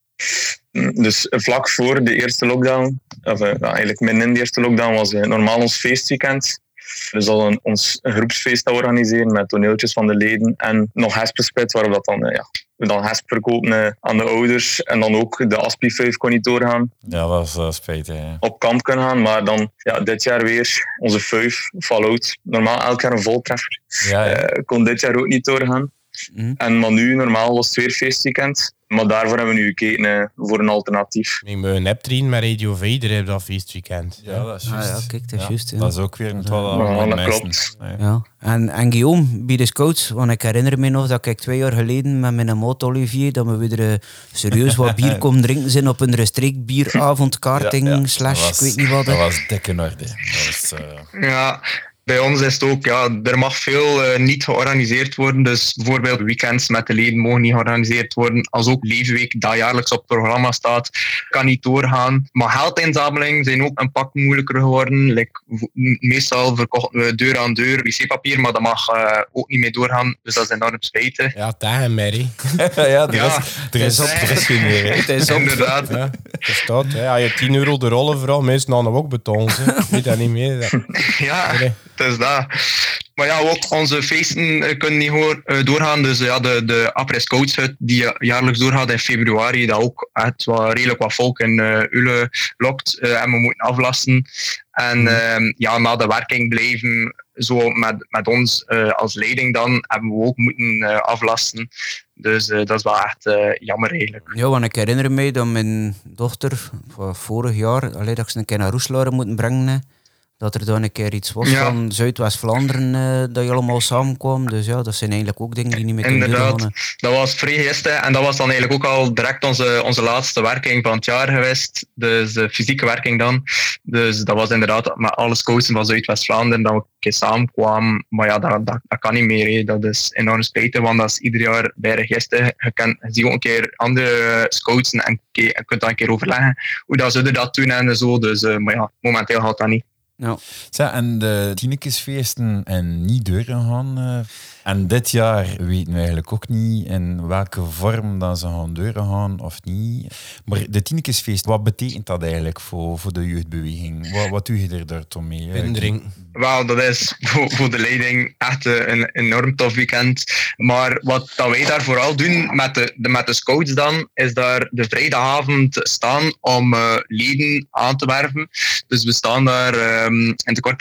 [SPEAKER 6] Dus vlak voor de eerste lockdown, of uh, eigenlijk midden in de eerste lockdown, was uh, normaal ons feestweekend. Dus dat we ons een groepsfeest dat organiseren met toneeltjes van de leden en nog hespespit, waar we dat dan, uh, ja, we dan hesp verkopen uh, aan de ouders. En dan ook de Aspie-vijf kon niet doorgaan.
[SPEAKER 1] Ja, dat was uh, spijtig. Ja.
[SPEAKER 6] Op kamp kunnen gaan, maar dan ja, dit jaar weer onze vijf, Fallout. Normaal elk jaar een voltreffer. Ja, ja. Uh, kon dit jaar ook niet doorgaan. Mm. En maar nu, normaal was het weer feestweekend. Maar daarvoor hebben we nu gekeken uh, voor een alternatief.
[SPEAKER 3] Ik ben een app trainen met Radio Vader op dat feestweekend.
[SPEAKER 1] Ja, dat is juist.
[SPEAKER 2] Ah, ja, kijk, dat is
[SPEAKER 1] ja,
[SPEAKER 2] juist. Ja.
[SPEAKER 1] Dat is ook weer een twaalf
[SPEAKER 6] ja, dat klopt.
[SPEAKER 2] Ja. Ja. En, en Guillaume, bij de scouts, want ik herinner me nog dat ik twee jaar geleden met mijn maat Olivier, dat we weer uh, serieus wat bier komen drinken zijn op een streekbieravondkaarting ja, ja. slash, was, ik weet niet wat.
[SPEAKER 1] Dat was dik in orde. Dat was, uh...
[SPEAKER 5] Ja... Bij ons is het ook, ja, er mag veel uh, niet georganiseerd worden. Dus bijvoorbeeld weekends met de leden mogen niet georganiseerd worden. Als ook Leefweek, dat jaarlijks op het programma staat, kan niet doorgaan. Maar geldinzameling zijn ook een pak moeilijker geworden. Like, meestal verkochten we deur aan deur wc-papier, maar dat mag uh, ook niet meer doorgaan. Dus dat is enorm spijtig.
[SPEAKER 3] Ja, tegen Mary.
[SPEAKER 1] ja, er is, ja, er is, op, er is geen meer.
[SPEAKER 5] Het is inderdaad.
[SPEAKER 3] Ja, het is dat, hè. Als je tien euro de rollen vooral, mensen hadden ook betaald. Weet dat niet meer.
[SPEAKER 5] Ja. Nee. Het is dat. Maar ja, ook onze feesten kunnen niet hoor, uh, doorgaan. Dus ja, de, de Après Scoutshut die jaarlijks doorgaat in februari, dat ook echt wel redelijk wat volk in uh, Ulle lokt uh, en we moeten aflasten. En uh, ja, na de werking blijven, zo met, met ons uh, als leiding dan, hebben we ook moeten uh, aflasten. Dus uh, dat is wel echt uh, jammer eigenlijk.
[SPEAKER 2] Ja, want ik herinner me dat mijn dochter vorig jaar, allee, dat ik ze een keer naar Roeselare moeten brengen, dat er dan een keer iets was ja. van Zuidwest-Vlaanderen, uh, dat je allemaal samenkwam. Dus ja, dat zijn eigenlijk ook dingen die niet meer kunnen doen.
[SPEAKER 5] Inderdaad, dat was vrij gisteren en dat was dan eigenlijk ook al direct onze, onze laatste werking van het jaar geweest. Dus de fysieke werking dan. Dus dat was inderdaad met alle scouts van Zuidwest-Vlaanderen dat we een keer samenkwamen. Maar ja, dat, dat, dat kan niet meer. He. Dat is enorm spijtig, want dat is ieder jaar bij register. Je, kan, je ziet ook een keer andere scouts en je kunt dan een keer overleggen hoe dat ze dat doen en zo. Dus, uh, maar ja, momenteel gaat dat niet.
[SPEAKER 1] Ja. Zo, en de Tinekesfeesten en niet deuren gaan. Uh, en dit jaar weten we eigenlijk ook niet in welke vorm dat ze gaan deuren gaan of niet. Maar de Tinekesfeest, wat betekent dat eigenlijk voor, voor de jeugdbeweging? Wat, wat doe je er daar toch mee?
[SPEAKER 3] Bindering.
[SPEAKER 5] Wel, dat is voor, voor de leiding echt een enorm tof weekend. Maar wat dat wij daar vooral doen met de, de, met de scouts dan, is daar de vrijdagavond staan om uh, leden aan te werven. Dus we staan daar um, in de Kortrijk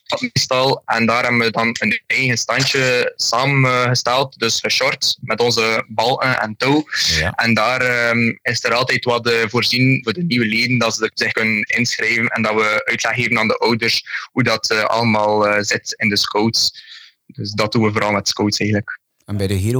[SPEAKER 5] meestal. En daar hebben we dan een eigen standje samengesteld, dus geshort met onze balken en touw. Ja. En daar um, is er altijd wat uh, voorzien voor de nieuwe leden, dat ze zich kunnen inschrijven en dat we uitleg geven aan de ouders hoe dat uh, allemaal uh, zit in de scouts. Dus dat doen we vooral met scouts eigenlijk.
[SPEAKER 2] En bij de Hero?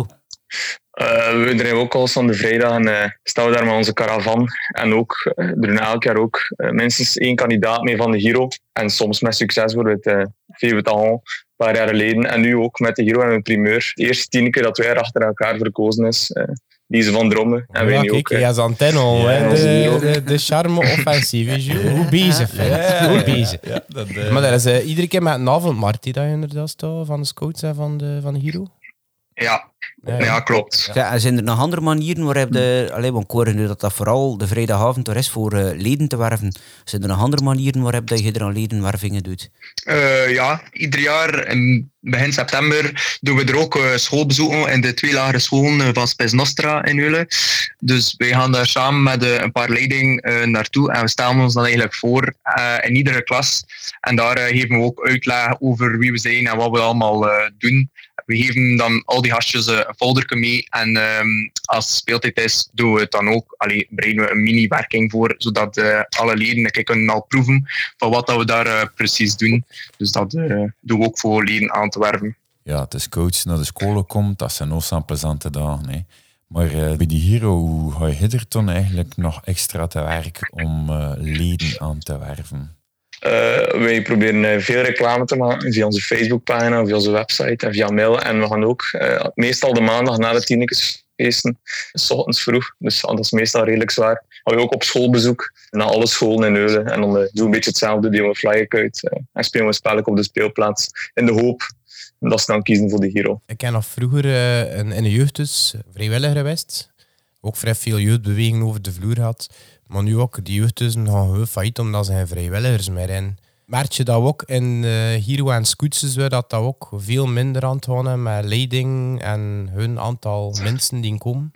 [SPEAKER 6] Uh, we drijven ook al aan de vrijdag en uh, staan we daar met onze caravan. En ook, uh, er doen elk jaar ook uh, minstens één kandidaat mee van de Giro. En soms met succes, bijvoorbeeld uh, Févetal, een paar jaar geleden. En nu ook met de Giro en een primeur. De eerste tien keer dat wij er achter elkaar verkozen is. Uh, die ze van Dromme. En
[SPEAKER 3] ja,
[SPEAKER 6] wij
[SPEAKER 3] kijk,
[SPEAKER 6] ook.
[SPEAKER 3] Ja, is antenne al. Ja, de, de, de charme offensief. Hoe bezig, vind ja, Hoe bezig. Ja, dat, uh... Maar dat is uh, iedere keer met een avondmarkt die dat je inderdaad staat van de scouts en van de, van de Giro.
[SPEAKER 5] Ja, ja, ja, klopt.
[SPEAKER 2] Ja, en zijn er nog andere manieren waarop de... Allee, want ik hoor nu dat dat vooral de vrijdagavond er is voor uh, leden te werven. Zijn er nog andere manieren waarop je er aan ledenwervingen doet?
[SPEAKER 5] Uh, ja, ieder jaar in begin september doen we er ook uh, schoolbezoeken in de twee lagere scholen van Spes Nostra in Eulen. Dus wij gaan daar samen met uh, een paar leidingen uh, naartoe en we stellen ons dan eigenlijk voor uh, in iedere klas. En daar uh, geven we ook uitleg over wie we zijn en wat we allemaal uh, doen. We geven dan al die gastjes een folderke mee en um, als het speeltijd is, doen we het dan ook. Allee, bereiden we een mini-werking voor, zodat uh, alle leden een keer kunnen al proeven van wat dat we daar uh, precies doen. Dus dat uh, doen we ook voor leden aan te werven.
[SPEAKER 1] Ja, het is coach naar de scholen komt, dat zijn ook zo'n plezante dagen. Hè. Maar uh, bij die Hero, hoe ga je er dan eigenlijk nog extra te werk om uh, leden aan te werven?
[SPEAKER 6] Uh, wij proberen uh, veel reclame te maken via onze Facebookpagina, via onze website en via mail. En we gaan ook uh, meestal de maandag na de tienekesfeesten, 's ochtends vroeg, dus dat is meestal redelijk zwaar, gaan we ook op schoolbezoek naar alle scholen in Eulen. En dan uh, doen we een beetje hetzelfde, delen we flyer uit uh, en spelen we een spelletje op de speelplaats in de hoop dat ze dan kiezen voor de Giro.
[SPEAKER 3] Ik heb nog vroeger uh, in, in de jeugd dus vrijwilliger geweest. Ook vrij veel jeugdbewegingen over de vloer gehad. Maar nu ook, die jeugdtussen gaan heel failliet omdat ze geen vrijwilligers meer in. Merk je dat ook in uh, Hero en Scouts, dat dat ook veel minder aan het gaan met leiding en hun aantal mensen die komen?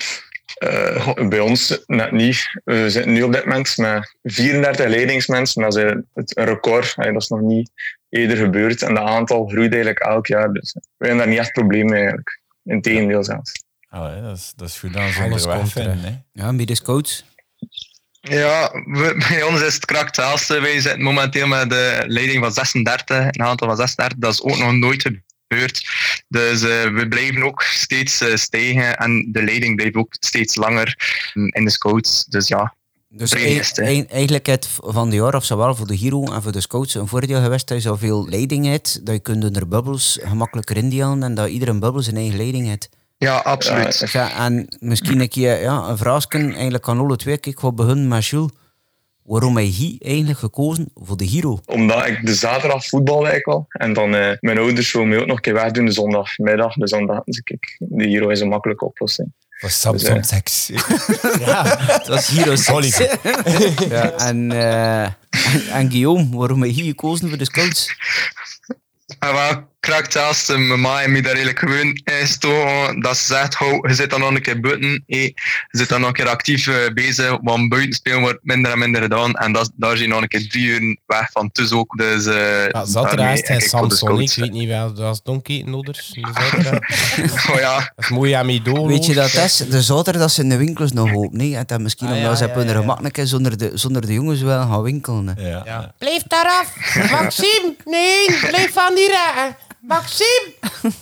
[SPEAKER 6] Uh, bij ons net niet. We zitten nu op dit moment met vierendertig leidingsmensen. Dat is een record. Dat is nog niet eerder gebeurd. En dat aantal groeit eigenlijk elk jaar. Dus we hebben daar niet echt problemen eigenlijk. Integendeel zelfs.
[SPEAKER 1] Oh, ja, dat, is, dat is goed aan zo'n weg vinden.
[SPEAKER 2] Ja, bij de Scouts.
[SPEAKER 5] Ja, we, bij ons is het krakt zelfs. Wij zitten momenteel met de leiding van zesendertig, een aantal van zesendertig. Dat is ook nog nooit gebeurd. Dus uh, we blijven ook steeds uh, stijgen en de leiding blijft ook steeds langer in de scouts. Dus ja,
[SPEAKER 2] dus e- e- eigenlijk het van de jaar of zowel voor de Giro en voor de scouts een voordeel geweest dat je zoveel leiding hebt, dat je kunt onder bubbels gemakkelijker indelen en dat iedere bubbel zijn eigen leiding heeft.
[SPEAKER 5] Ja, absoluut.
[SPEAKER 2] Ja, en misschien een keer ja, een vraagje, eigenlijk aan alle twee. Ik ga beginnen met Jules. Waarom heb je eigenlijk gekozen voor de Giro?
[SPEAKER 6] Omdat ik de zaterdag voetbal eigenlijk al. En dan uh, mijn ouders wilden mij ook nog een keer wegdoen de zondagmiddag. Dus dan dacht ik, de Giro is een makkelijke oplossing.
[SPEAKER 1] Voor Samsung dus, uh, seks.
[SPEAKER 2] Ja, dat was Giro seks. Ja, en, uh, en, en Guillaume, waarom heb je gekozen voor de Scouts?
[SPEAKER 5] En wel, kraakt zelfs uh, mijn ma en mij daar eigenlijk gewoon in stoken. Dat ze zegt, hou, je zit dan nog een keer buiten. Hey, je zit dan nog een keer actief uh, bezig. Want buiten spelen wordt minder en minder gedaan. En dat, daar zie je nog een keer drie uur weg van thuis ook. Dus, uh,
[SPEAKER 3] ja, zaterdag is het Samsung. Ik weet niet wel, dat is donketen ouders.
[SPEAKER 5] Oh ja.
[SPEAKER 3] Dat is mooi aan mij door.
[SPEAKER 2] Weet je dat is? De zaterdag zijn de winkels nog open. Nee? En dan misschien ah, omdat ja, ze ja, hebben ja, ja. gemakkelijk zonder de, zonder de jongens wel gaan winkelen.
[SPEAKER 3] Ja. Ja. Blijf daar af! Maxime! Nee, blijf van die raar! Maxime!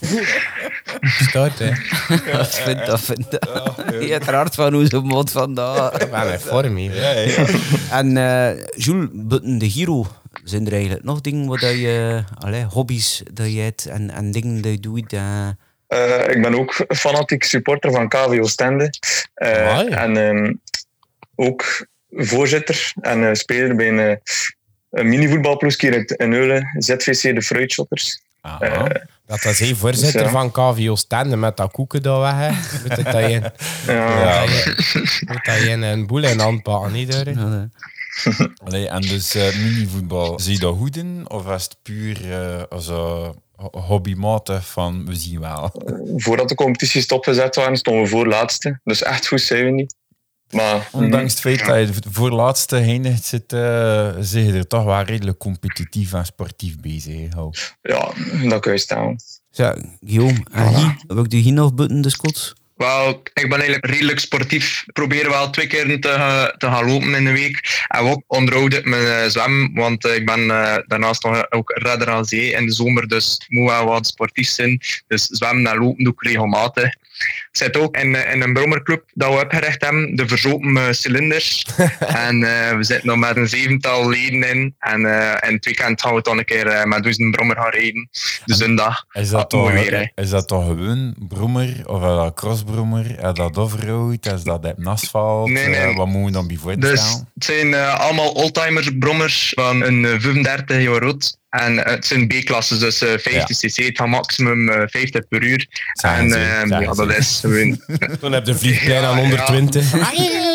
[SPEAKER 3] Stoot, hè?
[SPEAKER 2] Dat vind dat, vind dat. Ja, je hebt er hard van hoe ze mond vandaag.
[SPEAKER 3] Dat was mijn vorm hier. Ja,
[SPEAKER 2] ja. En uh, Jules, buiten de Giro, zijn er eigenlijk nog dingen wat je, allez, hobby's dat je hebt en, en dingen die je doet? Uh...
[SPEAKER 6] Uh, ik ben ook fanatiek supporter van K V Oostende. Uh, oh, ja. En um, ook voorzitter en uh, speler bij een, uh, een mini-voetbalploeg hier in Eulen, Z V C de Fruitshotters.
[SPEAKER 3] Uh, dat was een voorzitter dus, ja. van K V Oostende met dat koeken daar weg. Hè. Moet dat je, ja. Moet dat je een boel in hand pakken, niet hoor. Ja, nee.
[SPEAKER 1] Allee, en dus uh, mini-voetbal, zie je dat goed in? Of is het puur uh, als uh, hobbymatig van we zien wel?
[SPEAKER 6] Uh, voordat de competitie stopgezet waren, stonden we voorlaatste. Dus echt goed zijn we niet. Maar,
[SPEAKER 1] ondanks het feit ja. dat je voor laatste eindigt, zit, uh, zeg je er toch wel redelijk competitief en sportief bezig. Hè?
[SPEAKER 6] Ja, dat kun je stellen.
[SPEAKER 2] Ja, Guillaume, en Guy, wil ik hier nog buiten de Scots?
[SPEAKER 5] Wel, ik ben eigenlijk redelijk sportief. Ik probeer wel twee keer te, te gaan lopen in de week. En ook onderhoud ik mijn uh, zwemmen, want uh, ik ben uh, daarnaast nog ook redder aan zee in de zomer, dus het moet wel wat sportief zijn. Dus zwemmen en lopen doe ik regelmatig. Ik zit ook in, in een brommerclub dat we opgericht hebben, de Verzopen uh, Cilinders. en uh, we zitten nog met een zevental leden in. En uh, in het weekend gaan we dan een keer uh, met duizend brommer gaan rijden. De zondag.
[SPEAKER 1] Is dat, toch, weer, is dat toch gewoon brommer? Of is dat crossbrommer? Is dat offroad? Is dat op asfalt?
[SPEAKER 5] Nee, nee.
[SPEAKER 1] Uh, wat moeten we dan bij voorstellen?
[SPEAKER 5] Dus het zijn uh, allemaal oldtimers brommers van een uh, vijfendertig jaar oud. En uh, het zijn B-klasses, dus uh, vijftig cc, het gaat maximum uh, vijftig per uur.
[SPEAKER 1] Zijn
[SPEAKER 5] en
[SPEAKER 1] ze,
[SPEAKER 5] uh, ja, dat is gewoon...
[SPEAKER 3] Toen heb je vliegplein aan honderdtwintig.
[SPEAKER 2] Ja.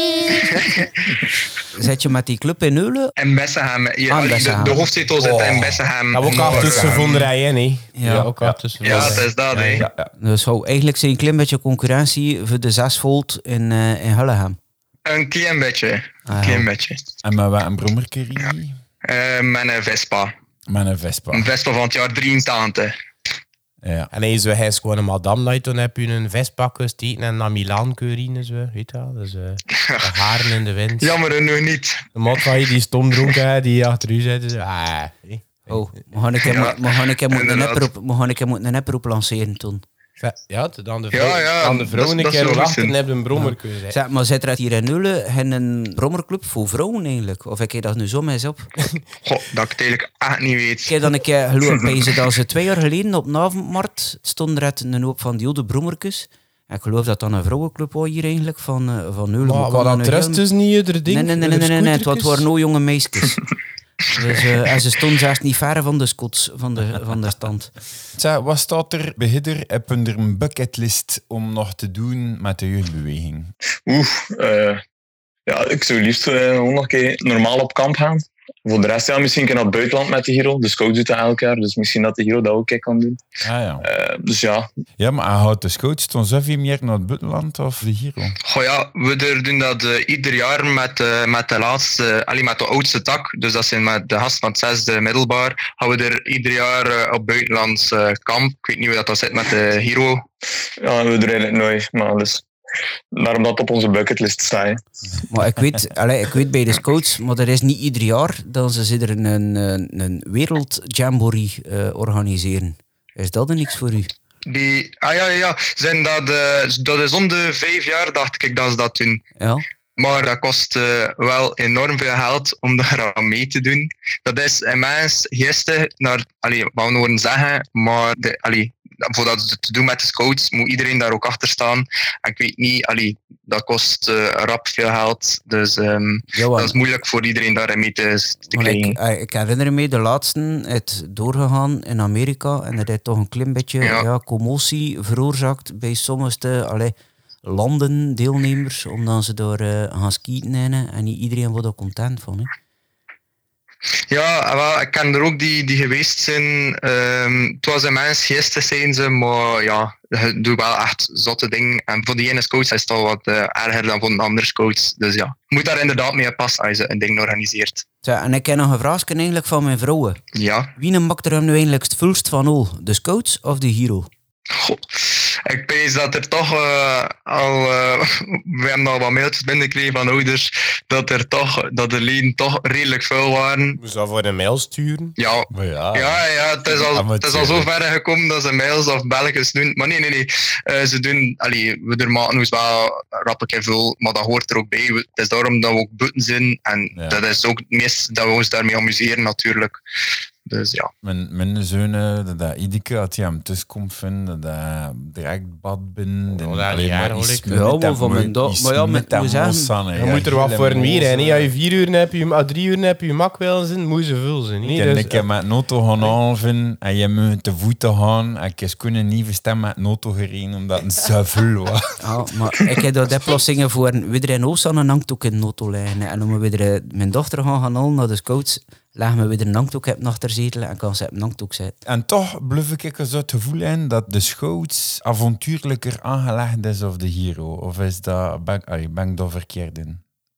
[SPEAKER 2] Zet je met die club in Eulen?
[SPEAKER 5] In Bessenham. Ja,
[SPEAKER 2] ah, Bessenham.
[SPEAKER 5] De, de hoofdzetel zit oh. in Bessenham.
[SPEAKER 3] Dat ook al tussen vonderijen, hè?
[SPEAKER 2] Ja,
[SPEAKER 3] ja, ook al tussen
[SPEAKER 5] ja, dat is dat, hè. Ja,
[SPEAKER 2] ja. Dus hou eigenlijk zijn een klein beetje concurrentie voor de zes volt in, uh, in Hulleham.
[SPEAKER 5] Een klein beetje. Een
[SPEAKER 2] ah,
[SPEAKER 5] klein
[SPEAKER 2] ja.
[SPEAKER 5] beetje.
[SPEAKER 1] En met wat een brommerkerie?
[SPEAKER 5] Ja. Uh, met een Vespa.
[SPEAKER 1] Met een Vespa.
[SPEAKER 5] Een Vespa van het jaar drieëntachtig.
[SPEAKER 3] Ja. En hij zo, hij is gewoon een madame night, dan heb je een Vespa gesteken en naar Milaan keurine, zo, weet je wel. Dus uh, de haren in de wind.
[SPEAKER 5] Jammer nog niet.
[SPEAKER 3] De mat van je die stom dronken, die achter u zit. Zo, ah, hey.
[SPEAKER 2] Oh, we gaan een keer moeten een app lanceren toen.
[SPEAKER 3] Ja, dan de vrouw,
[SPEAKER 5] ja, ja,
[SPEAKER 3] dan de vrouw een keer achter en heb je een brommerkeur.
[SPEAKER 2] Ja. Zeg, maar zit er hier in Eulen een brommerclub voor vrouwen eigenlijk? Of ik heb dat nu zo eens op?
[SPEAKER 5] Goh, dat ik het eigenlijk echt niet weet.
[SPEAKER 2] Ik heb dan een keer gelopen dat ze twee jaar geleden op Navenmarkt stond er een hoop van die oude brommerkes. En ik geloof dat dat een vrouwenclub was hier eigenlijk, van, uh, van Eulen.
[SPEAKER 3] Maar wat dat rest dus niet ieder ding?
[SPEAKER 2] Nee, nee, nee, nee, nee, nee, het waren nou jonge meisjes. Dus, uh, en ze stonden zelfs niet ver van de Scots, van de, van de stand.
[SPEAKER 1] Zeg, wat staat er bij Hidder? Heb je er een bucketlist om nog te doen met de jeugdbeweging?
[SPEAKER 6] Oeh, uh, ja, ik zou liefst uh, nog een keer normaal op kamp gaan. Voor de rest, ja, misschien kan naar het buitenland met de Giro. De Scout doet dat elk jaar, dus misschien dat de Giro dat ook kan doen.
[SPEAKER 1] Ah, ja.
[SPEAKER 6] Uh, dus ja.
[SPEAKER 1] Ja, maar houdt de Scouts dan zoveel meer naar het buitenland of de Giro?
[SPEAKER 5] Goh ja, we doen dat uh, ieder jaar met, uh, met de laatste, uh, met de oudste tak. Dus dat zijn met de gasten van het zesde middelbaar. Gaan we er ieder jaar uh, op buitenlands uh, kamp. Ik weet niet hoe dat, dat zit met de Giro.
[SPEAKER 6] Ja, we doen eigenlijk nooit, maar dus... Daarom dat op onze bucketlist staat.
[SPEAKER 2] Maar ik weet, allez, ik weet bij de Scouts, maar er is niet ieder jaar dat ze er een, een, een wereldjamboree uh, organiseren. Is dat er niks voor u?
[SPEAKER 5] Die, ah ja, ja, ja. Zijn dat, uh, dat is om de vijf jaar, dacht ik dat ze dat doen.
[SPEAKER 2] Ja.
[SPEAKER 5] Maar dat kost uh, wel enorm veel geld om daar aan mee te doen. Dat is immens gisteren naar, allee, wat we horen zeggen, maar de, allee, voor dat te doen met de Scouts moet iedereen daar ook achter staan. En ik weet niet, allee, dat kost uh, rap veel geld. Dus um, dat is moeilijk voor iedereen daarin mee te, te krijgen.
[SPEAKER 2] Ik, ik herinner me de laatste het doorgegaan in Amerika en dat heeft toch een klein beetje ja. Ja, commotie veroorzaakt bij sommige allee, landen, deelnemers, omdat ze daar uh, gaan skiën en niet iedereen wordt er content van. Hè.
[SPEAKER 5] Ja, wel, ik ken er ook die, die geweest zijn. Um, het was een mens, geestig zijn ze, maar ja, je doet wel echt zotte dingen. En voor die ene scouts is het al wat uh, erger dan voor de andere scouts. Dus ja, je moet daar inderdaad mee passen als je een ding organiseert.
[SPEAKER 2] Ja, en ik heb nog een vraagje eigenlijk van mijn vrouwen.
[SPEAKER 5] Ja.
[SPEAKER 2] Wie maakt er hem nu eigenlijk het vulst van al? De Scouts of de Giro?
[SPEAKER 5] Goh. Ik pees dat er toch uh, al... Uh, we hebben al wat mailtjes binnengekregen van ouders dat er toch, dat de leden toch redelijk veel waren.
[SPEAKER 3] Moest dat voor een mail sturen?
[SPEAKER 5] Ja.
[SPEAKER 1] Maar ja.
[SPEAKER 5] Ja, ja, het is al, het is al zo ver gekomen dat ze mails of belletjes doen. Maar nee, nee, nee. Uh, ze doen... Allee, we er maken ons wel rappelijk veel, maar dat hoort er ook bij. Het is daarom dat we ook buiten zijn. En ja. Dat is ook het meest dat we ons daarmee amuseren natuurlijk. Dus ja.
[SPEAKER 1] Mijn, mijn zonen, dat dat iedere keer dat hij hem tussenkomt vinden, dat hij direct bad binnen.
[SPEAKER 3] Oh, dat is jaar hoor ik.
[SPEAKER 2] Ja, maar van mijn dag. Maar ja, met
[SPEAKER 3] hem
[SPEAKER 2] zeggen.
[SPEAKER 3] Je moet er wat voor meer zijn. Als je vier uur heb je, als drie uur heb je mak wel zijn, moet je veel zijn.
[SPEAKER 1] Ik kan dus, met een auto gaan halven en je moet te voeten gaan en ik kunnen niet verstaan met een auto gereden omdat het zo veel was.
[SPEAKER 2] Ja, maar ik heb dat oplossingen voor weer in Oostzaan en hangt ook in de auto liggen. En dan moeten we weer mijn dochter gaan gaan halen naar de Scouts. leg me weer een hangdoek heb achter zetel en kan ze op een hangdoek zetten.
[SPEAKER 1] En toch bluff ik er zo het gevoel in dat de Scouts avontuurlijker aangelegd is of de Hero. Of is dat, ben, ay, ben ik daar verkeerd in?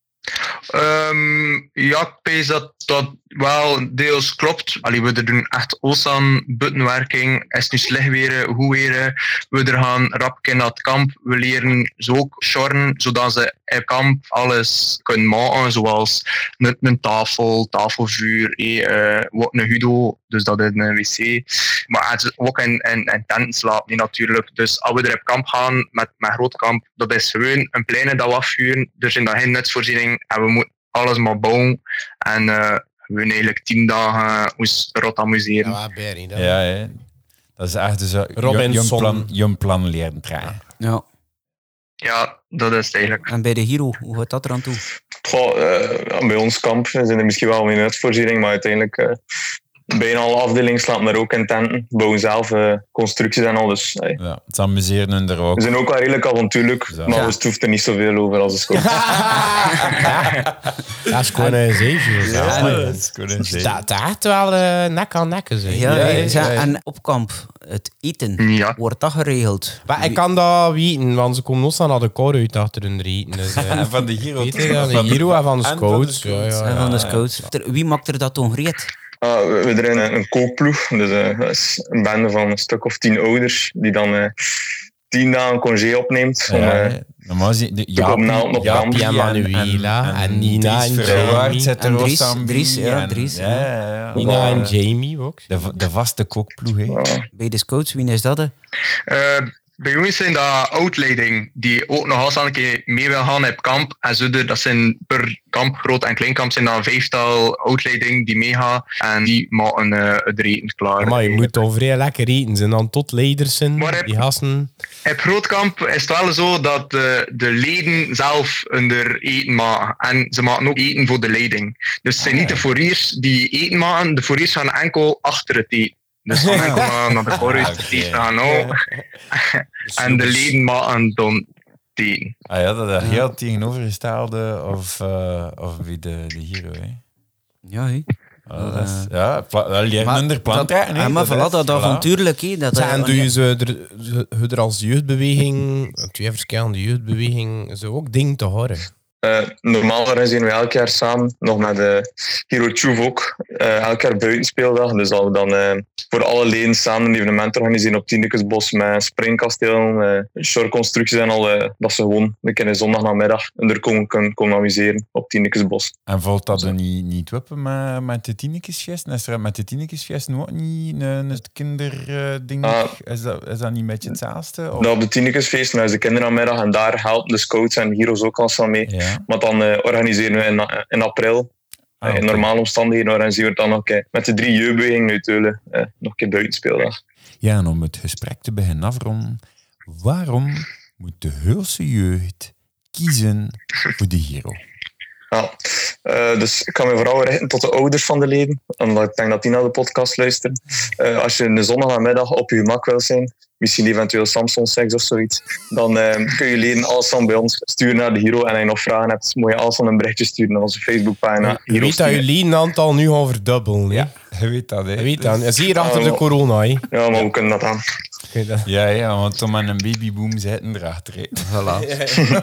[SPEAKER 5] Um, ja, ik pees dat dat wel deels klopt. Allee, we doen echt osan buttonwerking. Is nu slecht weer, goed weer. We er gaan rap in naar het kamp. We leren ze ook shorten, zodat ze in kamp alles kunnen maken, zoals een, een tafel, tafelvuur, eh, wat een hudo, dus dat is een wc. Maar ook in, in, in tenten slapen natuurlijk. Dus als we er op kamp gaan met, met groot kamp, dat is gewoon een plein dat we afvuren. Er zijn daar geen nutsvoorziening en we moeten alles maar bouwen. En uh, we hebben eigenlijk tien dagen ons rot amuseren.
[SPEAKER 3] Ja, Berry, dat.
[SPEAKER 1] Ja, ja, dat is echt dus een plan, je plan leren krijgen.
[SPEAKER 2] Ja.
[SPEAKER 5] Ja, dat is het eigenlijk.
[SPEAKER 2] En bij de Hero, hoe gaat dat eraan toe?
[SPEAKER 6] Goh, uh, bij ons kamp zijn er misschien wel een nutsvoorziening, maar uiteindelijk uh, bijna alle afdelingen slapen daar ook in tenten. Bouwen zelf uh, constructies en al. Dus, hey.
[SPEAKER 1] Ja, het amuseren hun er ook.
[SPEAKER 6] We zijn ook wel redelijk avontuurlijk, Zo. maar ja. we stoeven er niet zoveel over als de Scouts.
[SPEAKER 3] Dat is gewoon een zeetje.
[SPEAKER 1] Ja, nee, dat is gewoon een zeetje.
[SPEAKER 3] Dat is echt wel uh, nek aan nek.
[SPEAKER 2] Ja, ja, ja, ja. En op kamp, het eten, ja. wordt dat geregeld?
[SPEAKER 3] Maar ik kan dat weten, want ze komen ons dan naar de koor uit achter hun eten. Dus, uh,
[SPEAKER 1] van de Hero.
[SPEAKER 3] Van de Hero en van de Scouts.
[SPEAKER 2] En van de Scouts. Ja, ja, ja. En van de Scouts. Wie maakt er dat dan gereed?
[SPEAKER 6] Uh, we hebben een, een kookploeg, dus uh, dat is een bende van een stuk of tien ouders die dan uh, tien dagen congé opneemt. Om,
[SPEAKER 1] ja,
[SPEAKER 6] uh,
[SPEAKER 1] normaal zie je
[SPEAKER 6] Jaapie,
[SPEAKER 3] Jaapie en Manuela en, en, en Nina en Jamie.
[SPEAKER 2] En Dries, Dries, ja, Dries.
[SPEAKER 1] Ja, ja, ja.
[SPEAKER 3] Nina en Jamie ook.
[SPEAKER 1] De, de vaste kookploeg, hè.
[SPEAKER 6] Ja.
[SPEAKER 2] Bij de Scouts, wie is dat? Hè?
[SPEAKER 5] Uh, bij ons zijn dat oud-leiding die ook nog eens een keer mee wil gaan op kamp. En zo, dat zijn per kamp, groot en klein kamp, zijn dan een vijftal oud-leiding die meegaan. En die maken uh, het eten klaar.
[SPEAKER 3] Maar je moet toch vrij lekker eten. Zijn dan tot leiders zijn, maar die gasten.
[SPEAKER 5] Op grootkamp is het wel zo dat de, de leden zelf hun eten maken. En ze maken ook eten voor de leiding. Dus het zijn niet de fouriers die eten maken. De fouriers gaan enkel achter het eten. Dus van enkel maar naar de koorhuis te eten gaan ook. En de leden maken dan eten.
[SPEAKER 1] Ah ja, dat is heel tegenovergestelde of, uh, of wie de, de Hero, hè.
[SPEAKER 2] Ja, hè.
[SPEAKER 1] Oh, dat is, ja, dat leren hun er plan krijgen.
[SPEAKER 2] Ja, maar voilà, dat avontuurlijk. He, dat
[SPEAKER 3] en doe je ze er, er als jeugdbeweging, twee verschillende jeugdbeweging, zo ook dingen te horen?
[SPEAKER 6] Uh, normaal organiseren we elk jaar samen, nog met de Hero Tjoef ook, uh, elk jaar buitenspeeldag. Dus dat we dan uh, voor alle leden samen een evenement organiseren op Tienekesbos met springkastelen, uh, shortconstructies en al, uh, dat ze gewoon een keer een zondagnamiddag er komen, kunnen komen amuseren op Tienekesbos.
[SPEAKER 1] En valt dat er niet, niet wippen met, met de Tienekesfeesten? Is er met de Tienekesfeesten ook niet een, een kinderding? Uh, is, dat, is dat niet een beetje hetzelfde?
[SPEAKER 6] Nou, op de Tienekesfeesten is de kindernamiddag en daar helpen de Scouts en Heroes ook al van mee. Ja. Maar dan uh, organiseren we in, in april, ah, okay. in normale omstandigheden, organiseren we het dan nog uh, met de drie jeugdbewegingen uit Eulen uh, nog een keer buitenspeeldag.
[SPEAKER 1] Ja, en om het gesprek te beginnen afronden, waarom moet de Heulse jeugd kiezen voor de Hero?
[SPEAKER 6] Ja, uh, dus ik kan me vooral richten tot de ouders van de leden, omdat ik denk dat die naar de podcast luisteren. Uh, als je een zondagmiddag op je gemak wil zijn, misschien eventueel Samsung seks of zoiets, dan uh, kun je leden alles van bij ons sturen naar de Hero. En als je nog vragen hebt, moet je alles van een berichtje sturen naar onze Facebookpagina.
[SPEAKER 3] Ja, je weet dat je ledenaantal nu gaan verdubbelen.
[SPEAKER 1] Ja, je weet dat. Hè.
[SPEAKER 3] Je weet dat. Dat is hier achter uh, de corona. Hè.
[SPEAKER 6] Ja, maar we kunnen dat aan.
[SPEAKER 1] Ja, ja, want om aan een babyboom zitten erachter.
[SPEAKER 3] Voilà.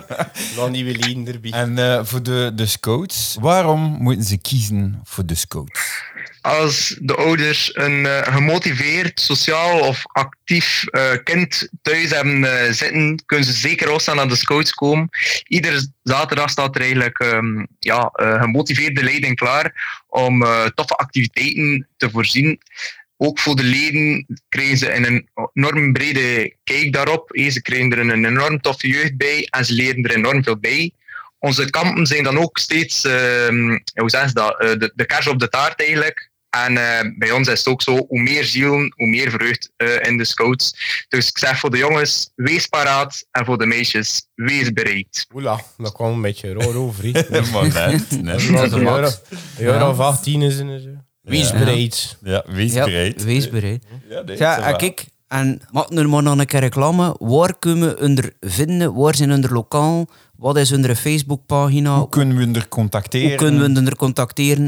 [SPEAKER 3] Dan nieuwe leden erbij.
[SPEAKER 1] En uh, voor de, de Scouts, waarom moeten ze kiezen voor de Scouts?
[SPEAKER 5] Als de ouders een uh, gemotiveerd, sociaal of actief uh, kind thuis hebben uh, zitten, kunnen ze zeker opstaan naar de Scouts komen. Iedere zaterdag staat er eigenlijk um, ja, uh, gemotiveerde leiding klaar om uh, toffe activiteiten te voorzien. Ook voor de leden krijgen ze een enorm brede kijk daarop. Ze krijgen er een enorm toffe jeugd bij en ze leren er enorm veel bij. Onze kampen zijn dan ook steeds, uh, hoe zeggen ze dat, uh, de, de kers op de taart eigenlijk. En uh, bij ons is het ook zo, hoe meer zielen, hoe meer vreugd uh, in de Scouts. Dus ik zeg voor de jongens, wees paraat. En voor de meisjes, wees bereid.
[SPEAKER 3] Oela, dat kwam een beetje rood over.
[SPEAKER 1] Ja, maar net. net.
[SPEAKER 3] Een jaar of achttien is het zo. Wees
[SPEAKER 2] ja.
[SPEAKER 3] bereid.
[SPEAKER 1] Ja, wees ja, bereid.
[SPEAKER 2] Wees bereid.
[SPEAKER 1] Ja, nee,
[SPEAKER 2] ja en kijk, en maak nu maar nog een keer reclame. Waar kunnen we onder vinden? Waar zijn onder lokaal? Wat is onder Facebookpagina?
[SPEAKER 1] Hoe kunnen we onder contacteren?
[SPEAKER 2] Hoe kunnen we onder contacteren?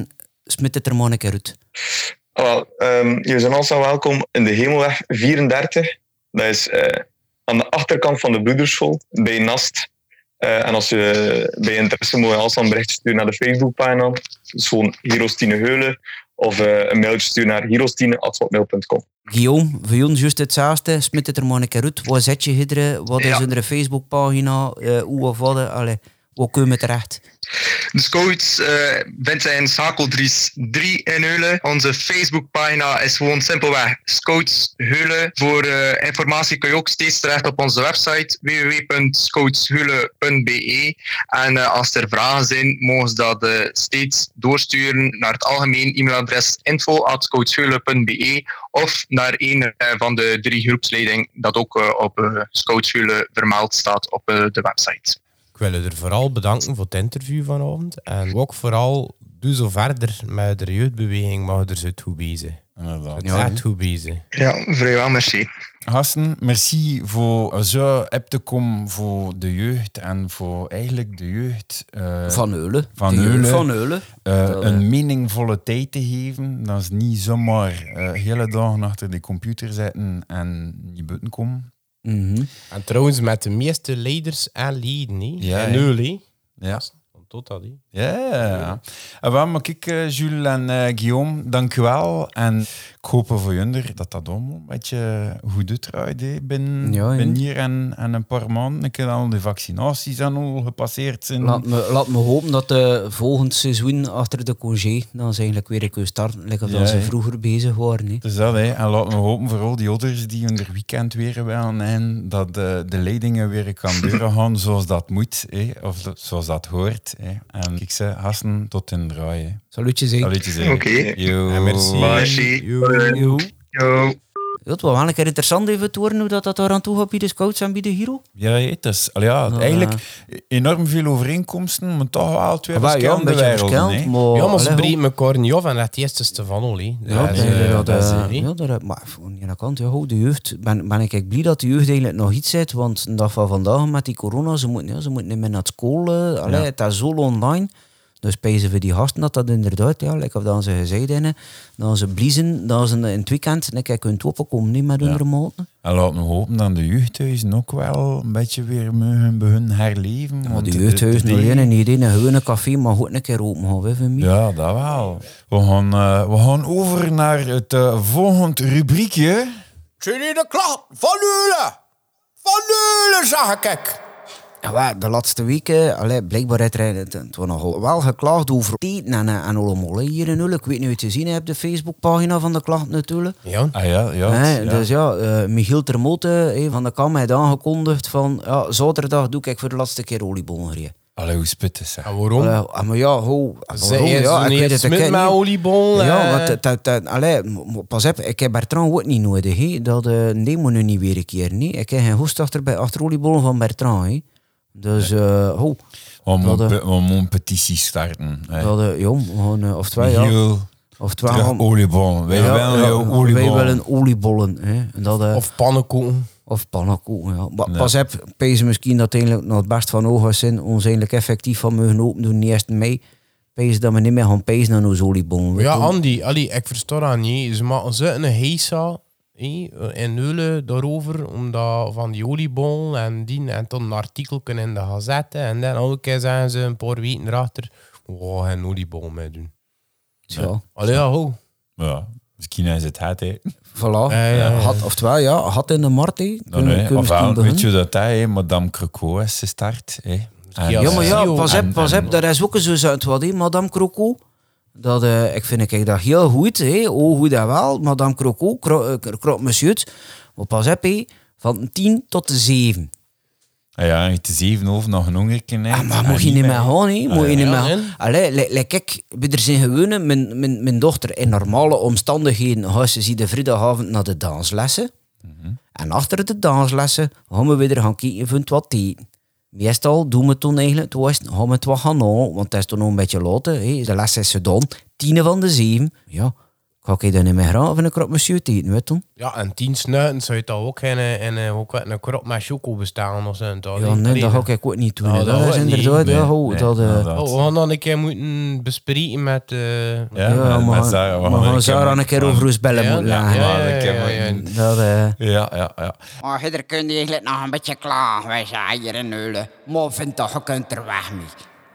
[SPEAKER 2] smit het er maar een keer uit.
[SPEAKER 6] Wel, um, je zijn allemaal welkom in de Hemelweg vierendertig. Dat is uh, aan de achterkant van de Broederschool, bij Nast. Uh, en als je bij interesse moet je alsnog een berichtje sturen naar de Facebookpagina. Dus gewoon Heroes Tine Heulen. Of uh, een mailtje sturen naar heroestine at hotmail punt com.
[SPEAKER 2] Guillaume, voor ons juist hetzelfde. Smit het er maar een keer uit. Wat zet je hier? Wat is ja. er Facebookpagina? Uh, hoe of wat? Allee, hoe kun je terecht?
[SPEAKER 5] De Scouts uh, vindt zij in Schakeldries drie in Heulen. Onze Facebookpagina is gewoon simpelweg Scouts Heulen. Voor uh, informatie kun je ook steeds terecht op onze website w w w punt scoutsheulen punt b e. En uh, als er vragen zijn, mogen ze dat uh, steeds doorsturen naar het algemeen e-mailadres info at scoutsheulen punt b e of naar een uh, van de drie groepsleidingen dat ook uh, op uh, Scouts Heulen vermeld staat op uh, de website.
[SPEAKER 3] Ik wil er vooral bedanken voor het interview vanavond. En ook vooral, doe zo verder met de jeugdbeweging, maar er zit goed bezig.
[SPEAKER 1] Inderdaad.
[SPEAKER 3] Het ja, goed bezig.
[SPEAKER 5] Ja, vrijwel, merci.
[SPEAKER 1] Gasten, merci voor zo op te komen voor de jeugd en voor eigenlijk de jeugd uh,
[SPEAKER 2] van Heulen.
[SPEAKER 1] Van Heulen.
[SPEAKER 2] Van Heulen.
[SPEAKER 1] Uh, een meningvolle tijd te geven. Dat is niet zomaar uh, hele dagen achter de computer zitten en niet buiten komen.
[SPEAKER 2] Mm-hmm.
[SPEAKER 3] En trouwens, met de meeste leiders en leden, hè?
[SPEAKER 1] Ja,
[SPEAKER 3] en Heulen.
[SPEAKER 1] Ja.
[SPEAKER 3] Tot dat, hè?
[SPEAKER 1] Ja, ja. En wel, maar kijk, uh, Jules en uh, Guillaume, dank u wel. En ik hoop voor jullie dat dat allemaal een beetje goed uitdraait. Hè. Ben,
[SPEAKER 2] ja,
[SPEAKER 1] ben hier en, en een paar maanden. Ik heb al de vaccinaties en al gepasseerd zijn.
[SPEAKER 2] Laat me, laat me hopen dat de volgend seizoen achter de congé dan is eigenlijk weer kunnen starten. Lekker als ja, ze vroeger bezig waren. Hè.
[SPEAKER 1] Dus dat, hè. En laat me hopen voor al die ouders die hun weekend weer willen en dat de, de leidingen weer kan doorgaan zoals dat moet, hè. Of zoals dat hoort. Hè. En ik zeg, gasten, tot in draaien.
[SPEAKER 2] Salutjes, hè.
[SPEAKER 1] Salutjes, hè.
[SPEAKER 5] Oké.
[SPEAKER 1] Okay.
[SPEAKER 3] Merci.
[SPEAKER 5] Merci.
[SPEAKER 2] Yo.
[SPEAKER 5] Yo.
[SPEAKER 2] Het was wel een keer interessant even te horen hoe dat, dat daar aan toe gaat bij de Scouts en bij de Hero.
[SPEAKER 1] Ja, het is ja,
[SPEAKER 2] nou,
[SPEAKER 1] eigenlijk uh, enorm veel overeenkomsten, maar toch wel twee
[SPEAKER 2] ah,
[SPEAKER 1] verschillende
[SPEAKER 2] ja,
[SPEAKER 1] werelden.
[SPEAKER 2] Maar,
[SPEAKER 3] ja, maar ze breken elkaar niet af en dat eerste is te van al.
[SPEAKER 2] Ja, dat is ja, dat maar aan de kant, ja, de jeugd, ben, ben ik echt blij dat de jeugd eigenlijk nog iets zit, want de dag van vandaag met die corona, ze moeten, ja, ze moeten niet meer naar school, uh, allee, ja. Het is zo online. Dus pijzen voor die gasten dat dat inderdaad, ja, lekker of dat ze gezegd hebben, dat ze bliezen, dat ze in het weekend een keer kunnen opkomen, niet met hun ja. remote.
[SPEAKER 1] En laat me hopen dat de jeugdhuizen ook wel een beetje weer mogen beginnen herleven.
[SPEAKER 2] Ja, de jeugdhuizen alleen en niet een gewone café, maar goed een keer open gaan.
[SPEAKER 1] Ja, dat wel. We gaan, uh, we gaan over naar het uh, volgende rubriekje.
[SPEAKER 7] Zie je de klacht van Heulen? Van Heulen, zag ik.
[SPEAKER 2] Ja, de laatste weken, allee, blijkbaar heeft er het nog wel geklaagd over eten en, en allemaal hier in Heulen. Ik weet niet of je te zien hebt op de Facebookpagina van de klacht natuurlijk.
[SPEAKER 3] Ja,
[SPEAKER 1] ah, ja, ja,
[SPEAKER 2] nee,
[SPEAKER 1] ja.
[SPEAKER 2] Dus ja, uh, Michiel Termote hey, van de Kam heeft aangekondigd van ja, zaterdag doe ik voor de laatste keer oliebollen gereden.
[SPEAKER 1] Allee, hoe spit is dat?
[SPEAKER 3] En waarom?
[SPEAKER 2] Allee, maar ja, ho, waarom?
[SPEAKER 3] Ze
[SPEAKER 2] Ja, ik weet het,
[SPEAKER 3] met mijn oliebollen.
[SPEAKER 2] Ja, want dat, dat, dat, allee, pas op, ik heb Bertrand ook niet nodig. He. Dat uh, nemen we nu niet weer een keer. Nee. Ik heb geen hoest achter, bij, achter oliebollen van Bertrand. He. Dus, uh, ho.
[SPEAKER 1] We moeten een petitie starten.
[SPEAKER 2] Dat, uh, ja, we gaan, uh, of twee, ja. Of twee gaan...
[SPEAKER 1] oliebollen. Wij
[SPEAKER 2] ja,
[SPEAKER 1] willen
[SPEAKER 2] ja,
[SPEAKER 1] oliebollen.
[SPEAKER 2] Wij willen oliebollen. Hè. Dat, uh,
[SPEAKER 3] of pannenkoeken.
[SPEAKER 2] Of pannenkoeken, ja. Maar nee. Pas op, pezen misschien dat eigenlijk nog het best van ogen zijn, ons eigenlijk effectief van mogen open doen, de eerste mei. Pezen dat we niet meer gaan pezen naar onze oliebollen.
[SPEAKER 3] Ja, Andy, allee, ik versta dat niet. Ze maken ze een heisa in Heulen daarover, omdat van die oliebollen en die, en dan een artikel in de gazette en dan elke keer zeggen ze een paar weken erachter, we gaan geen oliebollen mee doen.
[SPEAKER 2] Ja.
[SPEAKER 3] Allee, ja, ho.
[SPEAKER 1] Ja, misschien is het het, hè.
[SPEAKER 2] Voilà.
[SPEAKER 3] Uh, ja.
[SPEAKER 2] Had, oftewel, ja, had in de markt, hè.
[SPEAKER 1] Dan, nee, of wel, weet je dat hij, hè, Madame Croco is gestart, hè.
[SPEAKER 2] En, ja, maar ja, pas op, pas op, dat is ook zo uit wat, hè, Madame Croco. Dat, uh, ik vind ik dat heel goed, hè. Oh, hoe dat wel, Madame Croco, kro, kro, kro, monsieur. Maar pas op, hè, van tien tot de zeven.
[SPEAKER 1] Ah ja, je te zeven over nog een hongerken.
[SPEAKER 2] Ah, maar moet je niet meer gaan, hè. Moet je niet meer gaan. Allee, like, kijk, er zijn gewone, mijn, mijn, mijn dochter in normale omstandigheden gaat ze zie de vrijdagavond naar de danslessen. Mm-hmm. En achter de danslessen gaan we weer gaan kijken van wat eten. Meestal doen we toen eigenlijk, toen was, gaan we het wat gaan halen, want het is toen nog een beetje later. Hè. De les is gedaan, tien van de zeven. Ja, Ga ik dan niet meer graag een krop met shoot eten, weet je?
[SPEAKER 3] Ja, en tien snuiten zou je toch ook in, in, in ook een krop met choco bestaan of zo.
[SPEAKER 2] Ja, nee, dat ga ik ook niet doen.
[SPEAKER 3] Nou,
[SPEAKER 2] dat,
[SPEAKER 3] dat
[SPEAKER 2] is
[SPEAKER 3] niet.
[SPEAKER 2] inderdaad...
[SPEAKER 3] Nee,
[SPEAKER 2] Ja, ho,
[SPEAKER 3] nee,
[SPEAKER 2] dat, uh,
[SPEAKER 3] nou, dat. Oh, we gaan dan een keer moeten bespreken met... Uh,
[SPEAKER 1] ja,
[SPEAKER 2] ja,
[SPEAKER 1] met,
[SPEAKER 2] maar
[SPEAKER 1] met Sarah.
[SPEAKER 2] we gaan Sarah een keer over ons bellen
[SPEAKER 3] ja,
[SPEAKER 2] moeten
[SPEAKER 3] ja,
[SPEAKER 2] lagen.
[SPEAKER 3] ja, ja, ja, ja, ja.
[SPEAKER 2] Dat, uh,
[SPEAKER 1] ja, ja, ja.
[SPEAKER 7] Maar er kun je eigenlijk nog een beetje klagen. Wij zijn hier in Eulen. Maar vind toch, je kunt er weg mee.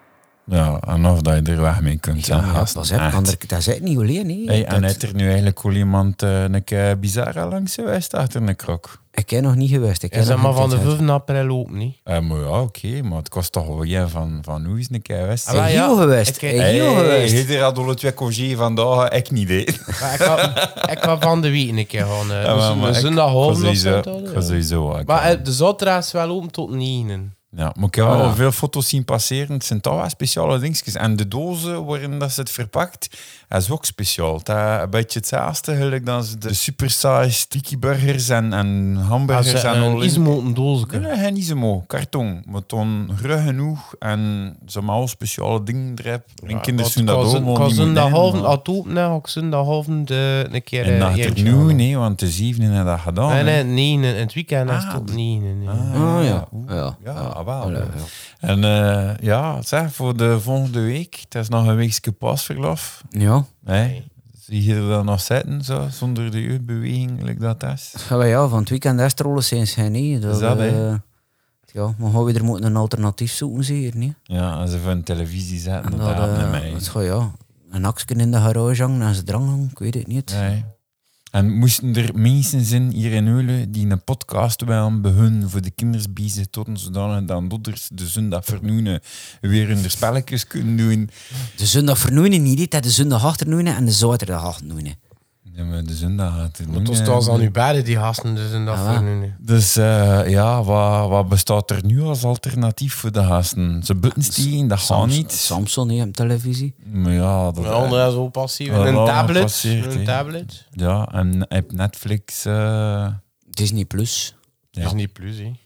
[SPEAKER 1] Ja, en of dat je er weg mee kunt.
[SPEAKER 2] ja,
[SPEAKER 1] Ja,
[SPEAKER 2] ja,
[SPEAKER 1] gast,
[SPEAKER 2] pas op,
[SPEAKER 1] echt.
[SPEAKER 2] ander, dat is het niet alleen. Nee.
[SPEAKER 1] Hey, en
[SPEAKER 2] Dat-
[SPEAKER 1] heeft er nu eigenlijk al iemand uh, een keer bizar langs geweest achter een krok?
[SPEAKER 2] Ik ken nog niet geweest. Ik
[SPEAKER 3] Ja,
[SPEAKER 2] ken
[SPEAKER 3] zeg
[SPEAKER 2] nog
[SPEAKER 3] maar
[SPEAKER 2] geen
[SPEAKER 3] van de
[SPEAKER 2] tijd.
[SPEAKER 3] vijfde april open, niet?
[SPEAKER 1] Uh, maar ja, oké, okay, maar het kost toch wel jij van, van hoe is een keer geweest?
[SPEAKER 3] Ah,
[SPEAKER 2] Hij
[SPEAKER 3] ja,
[SPEAKER 2] heel geweest.
[SPEAKER 3] ik-
[SPEAKER 2] Hij
[SPEAKER 1] Hey,
[SPEAKER 2] heel geweest.
[SPEAKER 1] hij er al alle twee congé vandaag, ik niet, hè.
[SPEAKER 3] Maar ik ga, ik ga van de week een keer gaan. Uh,
[SPEAKER 1] Ja, maar- maar
[SPEAKER 3] dus
[SPEAKER 1] ik-
[SPEAKER 3] zondagavond
[SPEAKER 1] ik ga
[SPEAKER 3] of zo.
[SPEAKER 1] sowieso- ik ga sowieso. ik
[SPEAKER 3] Maar
[SPEAKER 1] ga-
[SPEAKER 3] uh, de zaterdag is wel open tot negen.
[SPEAKER 1] Ja, maar ik heb wel
[SPEAKER 2] Ah, ja.
[SPEAKER 1] veel foto's zien passeren. Het zijn toch wel speciale dingetjes. En de dozen waarin dat ze het verpakt, dat is ook speciaal. Dat is een beetje hetzelfde, gelijk dan ze de supersize sticky burgers en, en hamburgers
[SPEAKER 3] Als
[SPEAKER 1] en
[SPEAKER 3] een
[SPEAKER 1] al in.
[SPEAKER 3] ismo een doosje.
[SPEAKER 1] Nee, nee, geen ismo, karton. Maar dan groot genoeg en ze maar al speciale dingen erop. Mijn kinderen doen dat ook
[SPEAKER 3] Ik
[SPEAKER 1] wel
[SPEAKER 3] ga
[SPEAKER 1] niet
[SPEAKER 3] zondagavond,
[SPEAKER 1] modern,
[SPEAKER 3] als het open is, ga ik zondagavond uh, een keer...
[SPEAKER 1] En
[SPEAKER 3] uh,
[SPEAKER 1] na
[SPEAKER 3] eentje
[SPEAKER 1] het nu,
[SPEAKER 3] halen.
[SPEAKER 1] nee, want de zevende heb dat gedaan.
[SPEAKER 3] Nee,
[SPEAKER 1] hè.
[SPEAKER 3] nee, nee, in het weekend is het
[SPEAKER 1] Ah,
[SPEAKER 3] tot
[SPEAKER 1] dat-
[SPEAKER 3] negen. Nee.
[SPEAKER 1] Ah,
[SPEAKER 2] Ah, ja.
[SPEAKER 1] Oeh,
[SPEAKER 2] Ja.
[SPEAKER 1] ja,
[SPEAKER 2] Ja.
[SPEAKER 1] wel.
[SPEAKER 2] Ja,
[SPEAKER 1] ja.
[SPEAKER 2] ja.
[SPEAKER 1] En uh, ja, zeg, voor de volgende week, het is nog een weekje pasverlof.
[SPEAKER 2] Ja.
[SPEAKER 1] Nee. Zie je er dan nog zitten, zo, zonder de jeugdbeweging, like dat is?
[SPEAKER 2] Ja, ja, van het weekend is er al eens geen niet. Dat,
[SPEAKER 1] Is dat, hè?
[SPEAKER 2] eh, ja, maar gaan we er moeten een alternatief zoeken, zeker niet?
[SPEAKER 1] Ja, als ze voor een televisie zetten,
[SPEAKER 2] En
[SPEAKER 1] dat
[SPEAKER 2] dat,
[SPEAKER 1] helpt
[SPEAKER 2] eh,
[SPEAKER 1] niet mee.
[SPEAKER 2] het gaat, ja, een aksje in de garage hangen en ze drang hangen, ik weet het niet.
[SPEAKER 1] Nee. En moesten er mensen zijn hier in Eulen die een podcast willen beginnen voor de kinders bezig tot zodanig dat dotters de zondag vernoenen weer hun spelletjes kunnen doen.
[SPEAKER 2] De zondag vernoenen niet, dit, hè, de zondag achternoenen en de zaterdag achternoenen.
[SPEAKER 1] Ja, maar de zondag gaat het
[SPEAKER 3] Want dan staan ze aan uw beiden, die gasten, dus en dat
[SPEAKER 2] Ah,
[SPEAKER 3] voor
[SPEAKER 2] wel.
[SPEAKER 3] nu.
[SPEAKER 1] Dus uh, ja, wat, wat bestaat er nu als alternatief voor de gasten? Ze buttenstien, dat gaat
[SPEAKER 2] Sams-
[SPEAKER 1] niet.
[SPEAKER 2] Samsung niet op televisie.
[SPEAKER 1] Maar ja, dat
[SPEAKER 3] De andere is ook passief.
[SPEAKER 1] Ja,
[SPEAKER 3] Een
[SPEAKER 1] dat
[SPEAKER 3] tablet.
[SPEAKER 1] passeert,
[SPEAKER 3] Een
[SPEAKER 1] hè.
[SPEAKER 3] tablet.
[SPEAKER 1] Ja, en op Netflix. Uh,
[SPEAKER 2] Disney Plus.
[SPEAKER 1] Ja.
[SPEAKER 3] Dat is niet plus, hè.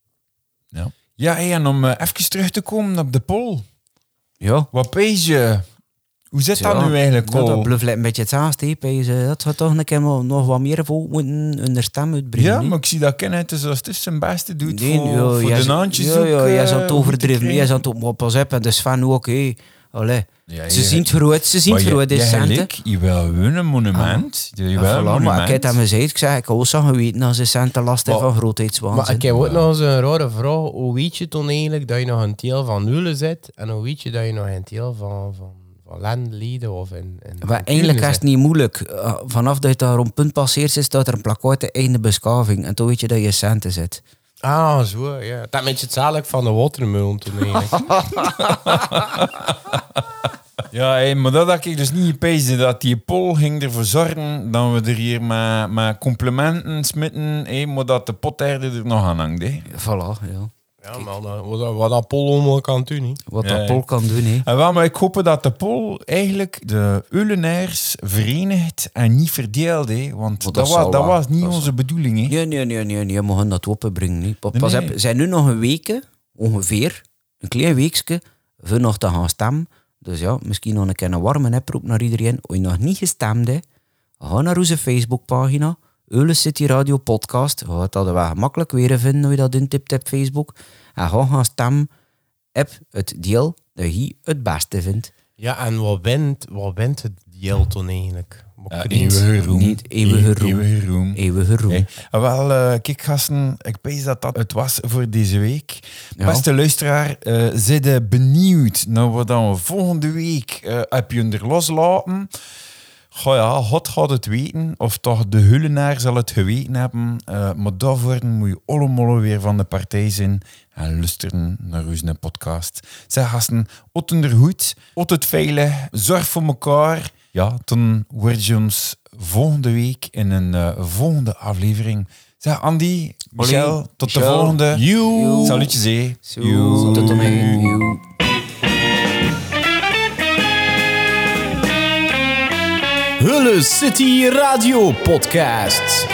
[SPEAKER 1] ja, ja hey, en om uh, even terug te komen op de poll.
[SPEAKER 2] Ja.
[SPEAKER 1] Wat pees je? Hoe zit dat
[SPEAKER 2] Ja,
[SPEAKER 1] nu eigenlijk,
[SPEAKER 2] ja,
[SPEAKER 1] Cole?
[SPEAKER 2] dat bluff lijkt een beetje hetzelfde. hè. Pees, eh, Dat gaat toch een keer wel nog wat meer volk moeten hun stem uitbrengen.
[SPEAKER 1] Ja,
[SPEAKER 2] hè.
[SPEAKER 1] maar ik zie dat Kenneth dus als het zijn beste doet
[SPEAKER 2] Nee,
[SPEAKER 1] voor,
[SPEAKER 2] ja,
[SPEAKER 1] voor
[SPEAKER 2] jij
[SPEAKER 1] de
[SPEAKER 2] z-
[SPEAKER 1] naantjes
[SPEAKER 2] Ja,
[SPEAKER 1] ook,
[SPEAKER 2] ja, jij zou het
[SPEAKER 1] eh,
[SPEAKER 2] overdreven.
[SPEAKER 1] goed te
[SPEAKER 2] Jij zou het op, maar pas op, en de Sven ook. Hé. Allee.
[SPEAKER 1] Ja,
[SPEAKER 2] Ze
[SPEAKER 1] je-
[SPEAKER 2] zien het groot, ze zien
[SPEAKER 1] Maar
[SPEAKER 2] het
[SPEAKER 1] je-
[SPEAKER 2] groot. Dit
[SPEAKER 1] jij
[SPEAKER 2] centen.
[SPEAKER 1] gelijk, je wil winnen een monument. Je wil
[SPEAKER 2] Ja,
[SPEAKER 1] een
[SPEAKER 2] voilà, maar
[SPEAKER 1] monument.
[SPEAKER 2] ik heb hem gezegd, ik zeg, ik had ook zo geweten als ze centen last hebben
[SPEAKER 3] Maar-
[SPEAKER 2] van grootheidswaanzin.
[SPEAKER 3] Maar ik heb ook nog eens een rare vraag. Hoe weet je dan eigenlijk dat je nog een deel van nullen zit? En hoe weet je dat je nog een deel van, van, van landleden of in, in
[SPEAKER 2] Maar eigenlijk is het niet moeilijk. Uh, vanaf dat je daar een punt passeert, is staat er een plakkaat einde beschaving. En toen weet je dat je centen zit.
[SPEAKER 3] Ah, zo, ja. Dat is een beetje hetzelfde van de watermeuln toen eigenlijk.
[SPEAKER 1] Ja, hey, maar dat had ik dus niet gepezen. Dat die poll ging ervoor zorgen dat we er hier met, met complimenten smitten, hey, maar dat de poterde er nog aan hangt. Hey.
[SPEAKER 2] Voilà, ja.
[SPEAKER 3] Ja, maar dan- wat, wat dat Pol allemaal kan doen, niet?
[SPEAKER 2] Wat
[SPEAKER 1] Ja,
[SPEAKER 2] dat Pol kan doen, hè.
[SPEAKER 1] En wel, maar ik hoop dat de poll eigenlijk de Eulenaars verenigt en niet verdeelt. Hey, want
[SPEAKER 2] Want
[SPEAKER 1] dat,
[SPEAKER 2] dat
[SPEAKER 1] was,
[SPEAKER 2] zal
[SPEAKER 1] dat
[SPEAKER 2] wel.
[SPEAKER 1] was niet
[SPEAKER 2] Dat is-
[SPEAKER 1] onze bedoeling. Hey.
[SPEAKER 2] Nee, nee, nee, nee, nee, we gaan dat opbrengen. Niet. Pas pas
[SPEAKER 1] Nee.
[SPEAKER 2] op, zijn nu nog een weekje, ongeveer, een klein weekje, voor nog te gaan stemmen. Dus ja, misschien nog een keer een warme oproep naar iedereen. Als je nog niet gestemd hebt, ga naar onze Facebookpagina, Eulen City Radio Podcast. Je gaat dat wel gemakkelijk weer vinden als je dat intipt op Facebook. En ga gaan stemmen op het deel dat je het beste vindt.
[SPEAKER 3] Ja, en wat wint, wat wint het deel dan eigenlijk? Wat
[SPEAKER 1] Ja,
[SPEAKER 3] krijgt-
[SPEAKER 1] eeuwige roem.
[SPEAKER 2] Niet eeuwige roem.
[SPEAKER 1] Eeuwige roem.
[SPEAKER 2] Eeuwige roem.
[SPEAKER 1] Hey. Ah, wel, eh, kijk gasten, ik pees dat dat het was voor deze week.
[SPEAKER 2] Ja.
[SPEAKER 1] Beste luisteraar, uh, zijn je benieuwd naar wat dan we volgende week uh, heb je er loslaten? Goh ja, God gaat het weten, of toch de Hulenaar zal het geweten hebben. Uh, maar daarvoor moet je allemaal weer van de partij zijn en luisteren naar onze podcast. Zeg gasten, otten er goed, ot het veilig, zorg voor elkaar. Ja, dan word je ons volgende week in een uh, volgende aflevering. Zeg Andy, Michel, tot de
[SPEAKER 2] Michel.
[SPEAKER 1] volgende.
[SPEAKER 2] Joe.
[SPEAKER 1] Salutjes, hé.
[SPEAKER 2] Zo, tot de volgende.
[SPEAKER 8] Hulle City Radio Podcast.